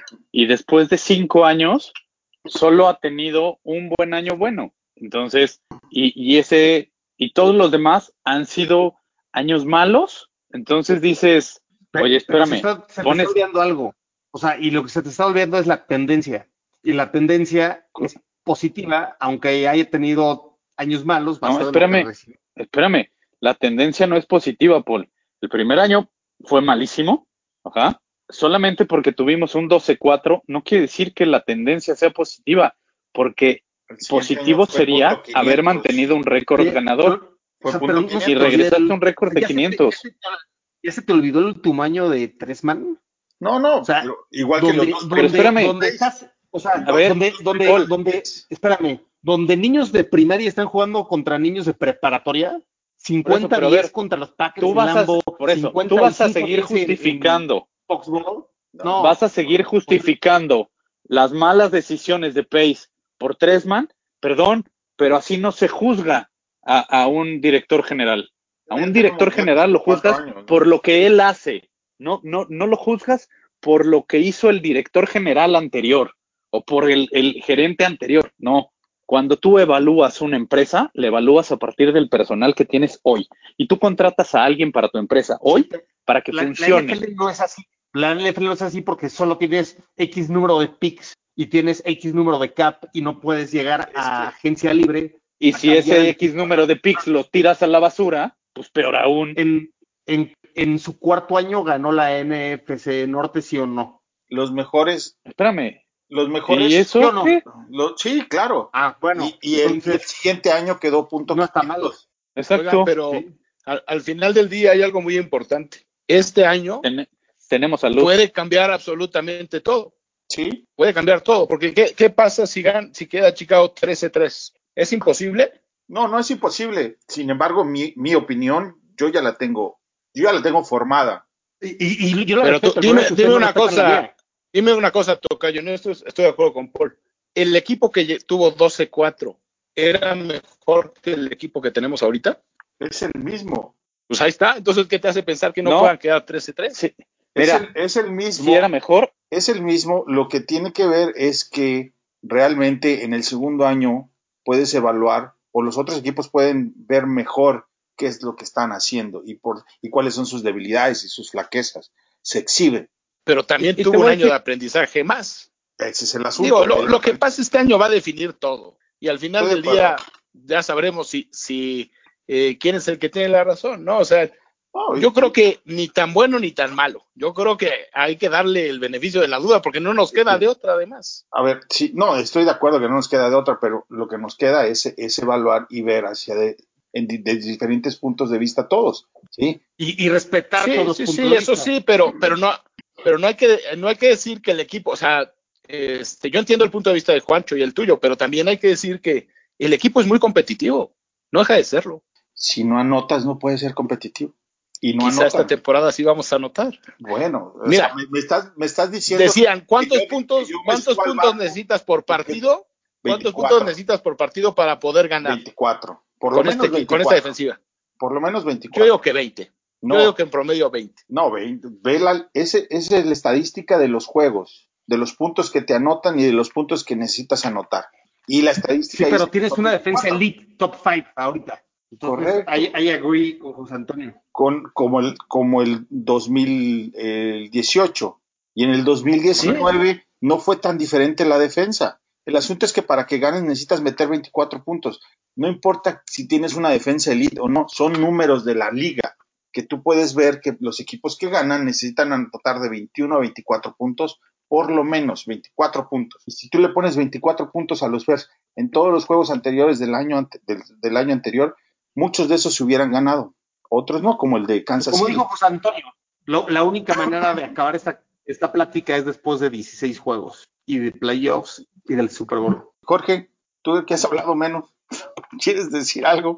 y después de cinco años solo ha tenido un buen año bueno. Entonces, y, y ese, y todos los demás han sido años malos. Entonces dices, Pe- oye, Pero se, espérame, está, se te está pones, olvidando algo. O sea, y lo que se te está olvidando es la tendencia. Y la tendencia es positiva, aunque haya tenido años malos no, basado en lo que espérame, recibió. espérame, la tendencia no es positiva, Paul. El primer año fue malísimo, ajá. Solamente porque tuvimos un doce cuatro, no quiere decir que la tendencia sea positiva, porque El siguiente año positivo fue sería punto haber quinientos. mantenido un récord Oye, ganador pero, o Fue sea, pero punto no se y te quinientos. olvida regresaste a el, un récord o sea, de ya se te, ya quinientos. se te- ya se te olvidó el tumaño de Tresman. No, O no, sea, pero igual que los donde, dos Pero donde, primeros espérame, donde Pace, estás, o sea, a ver, donde, donde, Paul, donde, espérame, donde niños de primaria están jugando contra niños de preparatoria, por eso, cincuenta pero a diez ver, contra los Packers tú en vas a, Lambeau, por eso, tú vas a cincuenta y cinco seguir diez en, en justificando, Foxborough. no, vas No, a seguir oye, justificando las malas decisiones de Pace por Tresman, perdón, pero así no se juzga a, a un director general. A ya un tenemos, director ya general lo tenemos cuatro juzgas años, ¿no? por lo que él hace, no, no, no lo juzgas por lo que hizo el director general anterior o por el, el gerente anterior, no. Cuando tú evalúas una empresa, le evalúas a partir del personal que tienes hoy. Y tú contratas a alguien para tu empresa hoy para que la, la funcione. N F L no es así. La N F L no es así porque solo tienes X número de picks y tienes X número de cap y no puedes llegar Es a que, agencia libre Y a si cambiar ese el X equipo. número de picks los tiras a la basura, pues peor aún. En, en, en su cuarto año ganó la N F C Norte, sí o no. los mejores, Espérame, los ¿y mejores, ¿Sí o eso no? qué? lo- sí, claro. Ah, bueno, Y, y el, y el entonces siguiente año quedó punto no está mal. quinientos. Oigan, Exacto. pero Sí. al, al final del día hay algo muy importante. Este año Ten- tenemos salud. puede cambiar absolutamente todo. Sí, Puede cambiar todo. Porque ¿qué, qué pasa si, gan, si queda Chicago trece tres? ¿Es imposible? no, no es imposible. Sin embargo, mi, mi opinión, yo ya la tengo, yo ya la tengo formada. Y, y, y yo lo Pero tú, respeto. El problema dime, es que dime ustedes no una respetan la cosa, mía. dime una cosa, Tocayo, en esto estoy de acuerdo con Paul. El equipo que lle- tuvo doce cuatro era mejor que el equipo que tenemos ahorita. Es el mismo. Pues ahí está. Entonces, ¿qué te hace pensar que no, No, puedan quedar trece tres? sí, Es mira, el, es el si mismo. era mejor, Es el mismo. Lo que tiene que ver es que realmente en el segundo año puedes evaluar o los otros equipos pueden ver mejor qué es lo que están haciendo y, por, y cuáles son sus debilidades y sus flaquezas. Se exhibe. Pero también y, y te tuvo un voy a año de decir, aprendizaje más. Ese es el Digo, asunto. lo, lo que pasa este año va a definir todo. Y al final Estoy de del día acuerdo. ya sabremos si, si eh, quién es el que tiene la razón, ¿no? O sea, No, yo creo que ni tan bueno ni tan malo. Yo creo que hay que darle el beneficio de la duda porque no nos queda de otra además. a ver, sí, no, estoy de acuerdo que no nos queda de otra, pero lo que nos queda es, es evaluar y ver hacia de, en, de diferentes puntos de vista todos, ¿sí? Y, y respetar todos Sí, los sí, puntos sí, de eso vista. sí, pero, pero no, pero no hay que, no hay que decir que el equipo, o sea, este, yo entiendo el punto de vista de Juancho y el tuyo, pero también hay que decir que el equipo es muy competitivo, no deja de serlo. Si no anotas, no puedes ser competitivo. Y no Quizá esta anotan. temporada sí vamos a anotar. Bueno, o sea, Mira, me, me estás, me estás diciendo decían, que yo, ¿cuántos que puntos, yo me cuántos subo al puntos barco necesitas por porque partido? ¿Cuántos puntos veinticuatro, necesitas por partido para poder ganar veinticuatro, por lo con este menos equi- con esta veinticuatro, defensiva? por lo menos Yo digo veinticuatro. que veinte. Yo digo No, que en promedio veinte. no, veinte. Ve la, ese, esa es la estadística de los juegos, de los puntos que te anotan y de los puntos que necesitas anotar. Y la Sí, estadística pero dice que tienes son una defensa veinticuatro. elite, top cinco ahorita. Entonces, Correcto. ahí, ahí agree con José Antonio. Con, como, el, como el dos mil dieciocho. Y en el dos mil diecinueve Sí. no fue tan diferente la defensa. El asunto es que para que ganes necesitas meter veinticuatro puntos. No importa si tienes una defensa elite o no, son números de la liga que tú puedes ver que los equipos que ganan necesitan anotar de veintiuno a veinticuatro puntos, por lo menos veinticuatro puntos. Y si tú le pones veinticuatro puntos a los Bears en todos los juegos anteriores del año, del, del año anterior, muchos de esos se hubieran ganado. Otros no, como el de Kansas Como City. dijo José Antonio, lo, la única manera de acabar esta, esta plática es después de dieciséis juegos y de playoffs y del Super Bowl. Jorge, tú que has hablado menos, ¿quieres decir algo?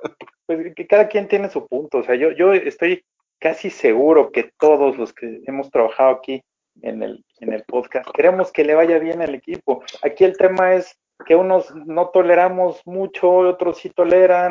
Pues que cada quien tiene su punto. O sea, yo, yo estoy casi seguro que todos los que hemos trabajado aquí en el, en el podcast queremos que le vaya bien al equipo. Aquí el tema es que unos no toleramos mucho, otros sí toleran.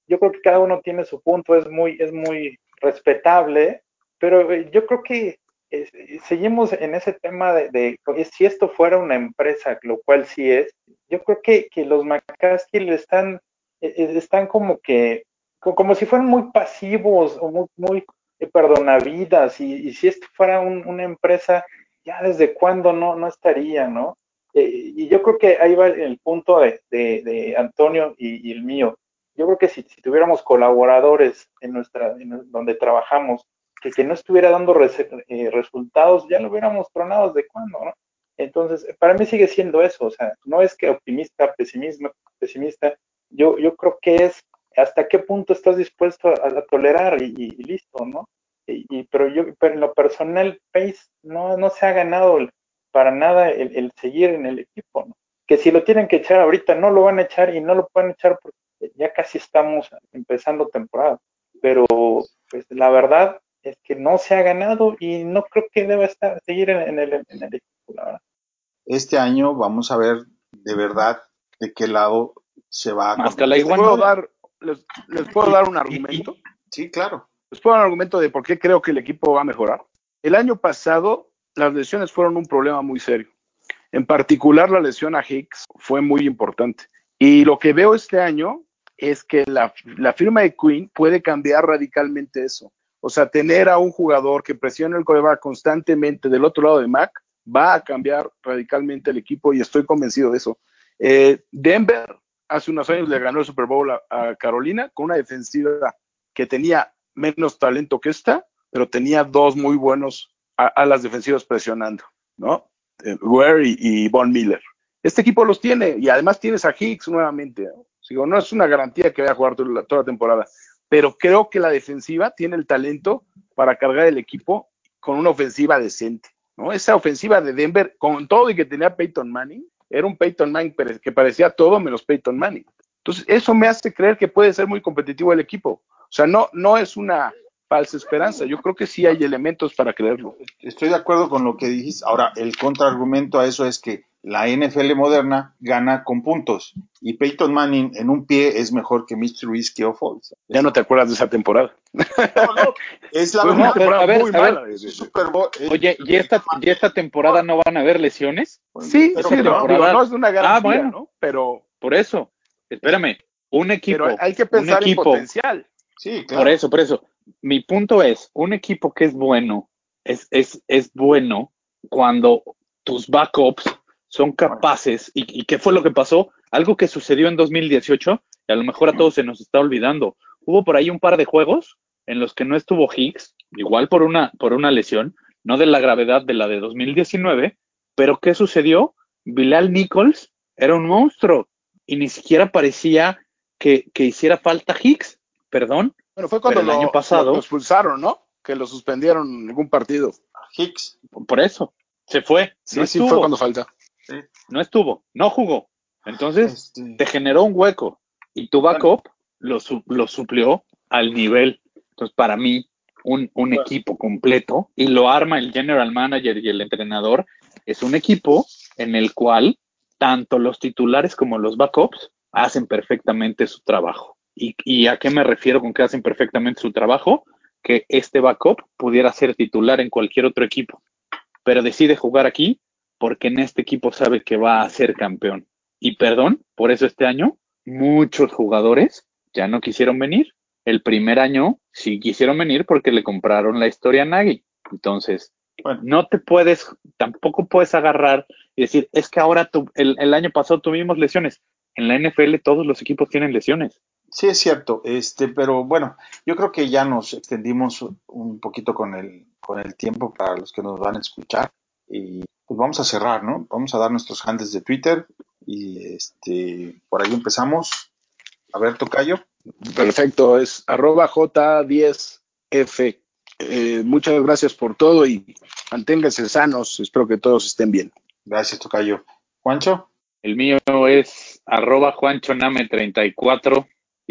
yo creo que cada uno tiene su punto, es muy, es muy respetable, pero eh, yo creo que eh, seguimos en ese tema de, de, si esto fuera una empresa, lo cual sí es, yo creo que, que los McCaskey le están, eh, están como que, como, como si fueran muy pasivos o muy, muy eh, perdonavidas, y, y si esto fuera un, una empresa, ya desde cuándo no, no estaría, ¿no? Eh, y yo creo que ahí va el punto de, de, de Antonio y, y, el mío. Yo creo que si, si tuviéramos colaboradores en nuestra, en donde trabajamos, que, que no estuviera dando res, eh, resultados, ya lo hubiéramos tronado desde cuándo, ¿no? Entonces, para mí sigue siendo eso, o sea, no es que optimista, pesimista, pesimista, yo, yo creo que es hasta qué punto estás dispuesto a, a tolerar y, y, y listo, ¿no? Y, y, pero yo, pero en lo personal, Pace no, no se ha ganado el, para nada el, el seguir en el equipo, ¿no? Que si lo tienen que echar ahorita, no lo van a echar y no lo pueden echar porque ya casi estamos empezando temporada. Pero, pues, la verdad es que no se ha ganado y no creo que deba estar, seguir en, en, el, en el equipo, la verdad. Este año vamos a ver de verdad de qué lado se va a Más que la ¿Les iguana. puedo dar, les, les puedo dar un argumento? Sí, claro. Les puedo dar un argumento de por qué creo que el equipo va a mejorar. El año pasado, las lesiones fueron un problema muy serio. En particular, la lesión a Hicks fue muy importante. Y lo que veo este año es que la, la firma de Quinn puede cambiar radicalmente eso. O sea, tener a un jugador que presione el quarterback constantemente del otro lado de Mac va a cambiar radicalmente el equipo y estoy convencido de eso. Eh, Denver hace unos años le ganó el Super Bowl a, a Carolina con una defensiva que tenía menos talento que esta, pero tenía dos muy buenos a, a las defensivas presionando, ¿no? Eh, Ware y, y Von Miller. Este equipo los tiene y además tienes a Hicks nuevamente, ¿no? Digo, no es una garantía que vaya a jugar toda la, toda la temporada, pero creo que la defensiva tiene el talento para cargar el equipo con una ofensiva decente, ¿no? Esa ofensiva de Denver, con todo y que tenía Peyton Manning, era un Peyton Manning que parecía todo menos Peyton Manning. Entonces, eso me hace creer que puede ser muy competitivo el equipo. O sea, no, no es una falsa esperanza. Yo creo que sí hay elementos para creerlo. Estoy de acuerdo con lo que dijiste. Ahora, el contraargumento a eso es que la N F L moderna gana con puntos y Peyton Manning en un pie es mejor que mister Risky o Foles. Ya no te acuerdas de esa temporada. No, no, es la Fue verdad. una temporada a ver, muy a ver. mala. Super Bowl, eh, Oye, ¿y esta, ¿y esta temporada no van a haber lesiones? Sí, pero sí, no, temporada- digo, no es una garantía, Ah, bueno. ¿no? Pero, Por eso, espérame, un equipo, pero hay que un pensar en equipo, potencial. sí, claro. por eso, por eso. Mi punto es, un equipo que es bueno, es, es, es bueno cuando tus backups son capaces, y, y ¿qué fue lo que pasó? Algo que sucedió en dos mil dieciocho, y a lo mejor a todos se nos está olvidando. Hubo por ahí un par de juegos en los que no estuvo Hicks, igual por una, por una lesión, no de la gravedad de la de dos mil diecinueve, pero ¿qué sucedió? Bilal Nichols era un monstruo, y ni siquiera parecía que, que hiciera falta Hicks, perdón. Bueno, fue cuando Pero el lo, año pasado, lo, lo expulsaron, ¿no? Que lo suspendieron en algún partido. Hicks. por eso, se fue, Sí, no sí, estuvo, fue cuando falta. Sí. no estuvo, no jugó. Entonces, Este, te generó un hueco y tu backup lo, su- lo suplió al nivel. Entonces, para mí, un, un Bueno. equipo completo, y lo arma el general manager y el entrenador, es un equipo en el cual tanto los titulares como los backups hacen perfectamente su trabajo. ¿Y, y a qué me refiero con que hacen perfectamente su trabajo? Que este backup pudiera ser titular en cualquier otro equipo, pero decide jugar aquí porque en este equipo sabe que va a ser campeón. Y perdón, por eso este año muchos jugadores ya no quisieron venir. El primer año sí quisieron venir porque le compraron la historia a Nagy. Entonces, bueno, no te puedes, tampoco puedes agarrar y decir, es que ahora tu, el, el año pasado tuvimos lesiones. En la N F L todos los equipos tienen lesiones. sí es cierto, este, pero bueno, yo creo que ya nos extendimos un poquito con el, con el tiempo para los que nos van a escuchar y pues vamos a cerrar, ¿no? Vamos a dar nuestros handles de Twitter y este, por ahí empezamos. A ver, tocayo. Perfecto, es arroba J diez F. Eh, muchas gracias por todo y manténganse sanos. Espero que todos estén bien. Gracias, tocayo. Juancho. El mío es arroba juanchoname treinta y cuatro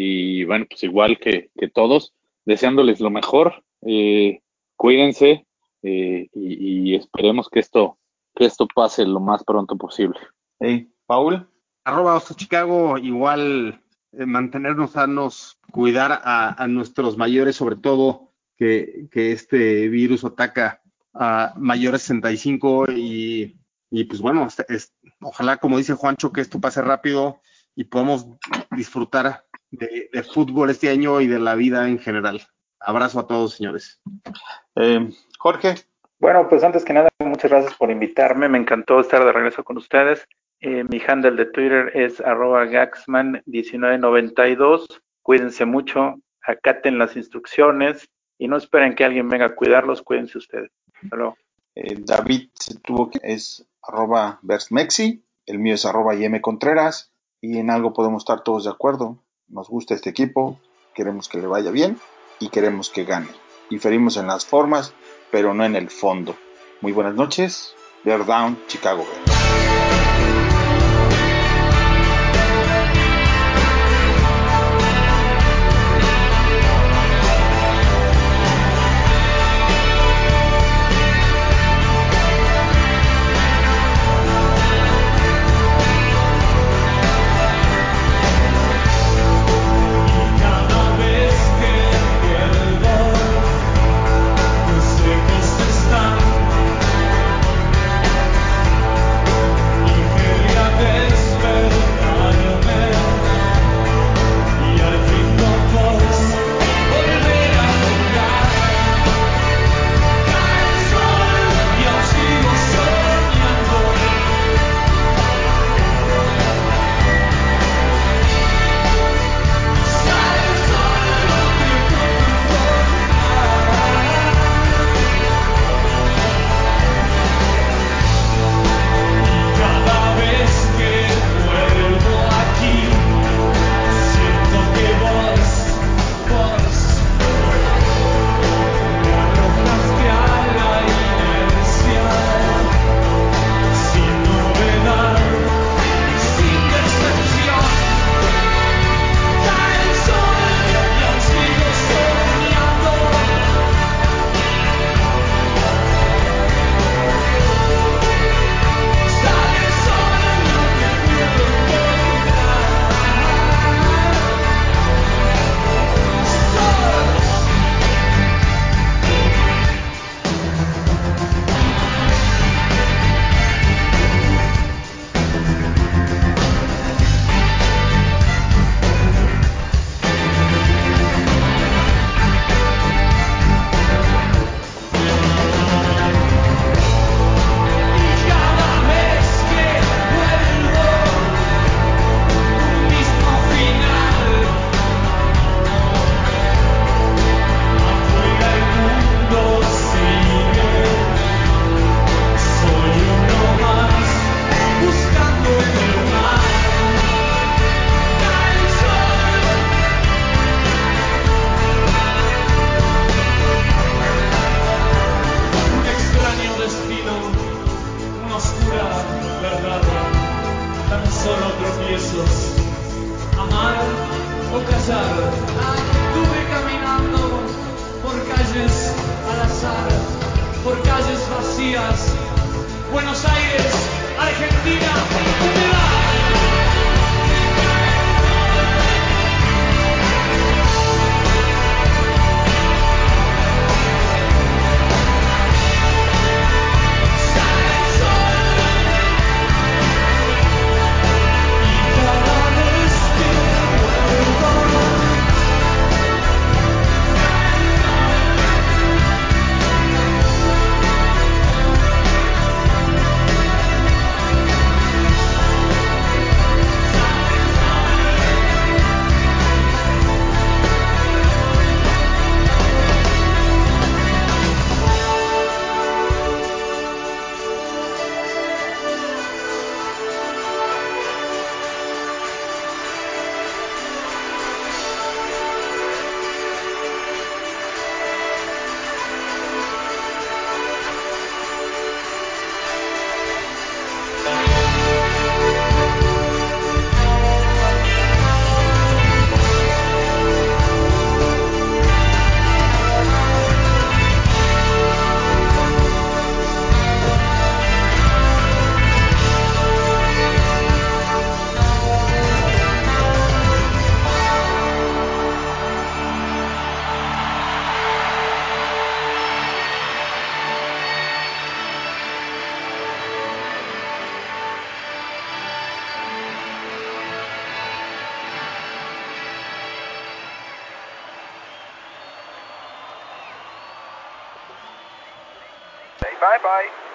y bueno, pues igual que, que todos, deseándoles lo mejor, eh, cuídense eh, y, y esperemos que esto, que esto pase lo más pronto posible. Hey, Paul. Arroba Oso Chicago, igual eh, mantenernos sanos, cuidar a, a nuestros mayores, sobre todo que, que este virus ataca a mayores de sesenta y cinco y, y pues bueno, es, es, ojalá, como dice Juancho, que esto pase rápido y podamos disfrutar de, de fútbol este año y de la vida en general. Abrazo a todos, señores. Eh, Jorge. Bueno, pues antes que nada, muchas gracias por invitarme. Me encantó estar de regreso con ustedes. Eh, mi handle de Twitter es arroba gaxman diecinueve noventa y dos. Cuídense mucho, acaten las instrucciones y no esperen que alguien venga a cuidarlos. Cuídense ustedes. Hasta luego. Eh, David se tuvo que es arroba versmexi, el mío es arroba imcontreras, y en algo podemos estar todos de acuerdo. Nos gusta este equipo, queremos que le vaya bien y queremos que gane. Diferimos en las formas, pero no en el fondo. Muy buenas noches. Bear down, Chicago Bears. Buenos Aires, Argentina, ¿dónde va? bye bye.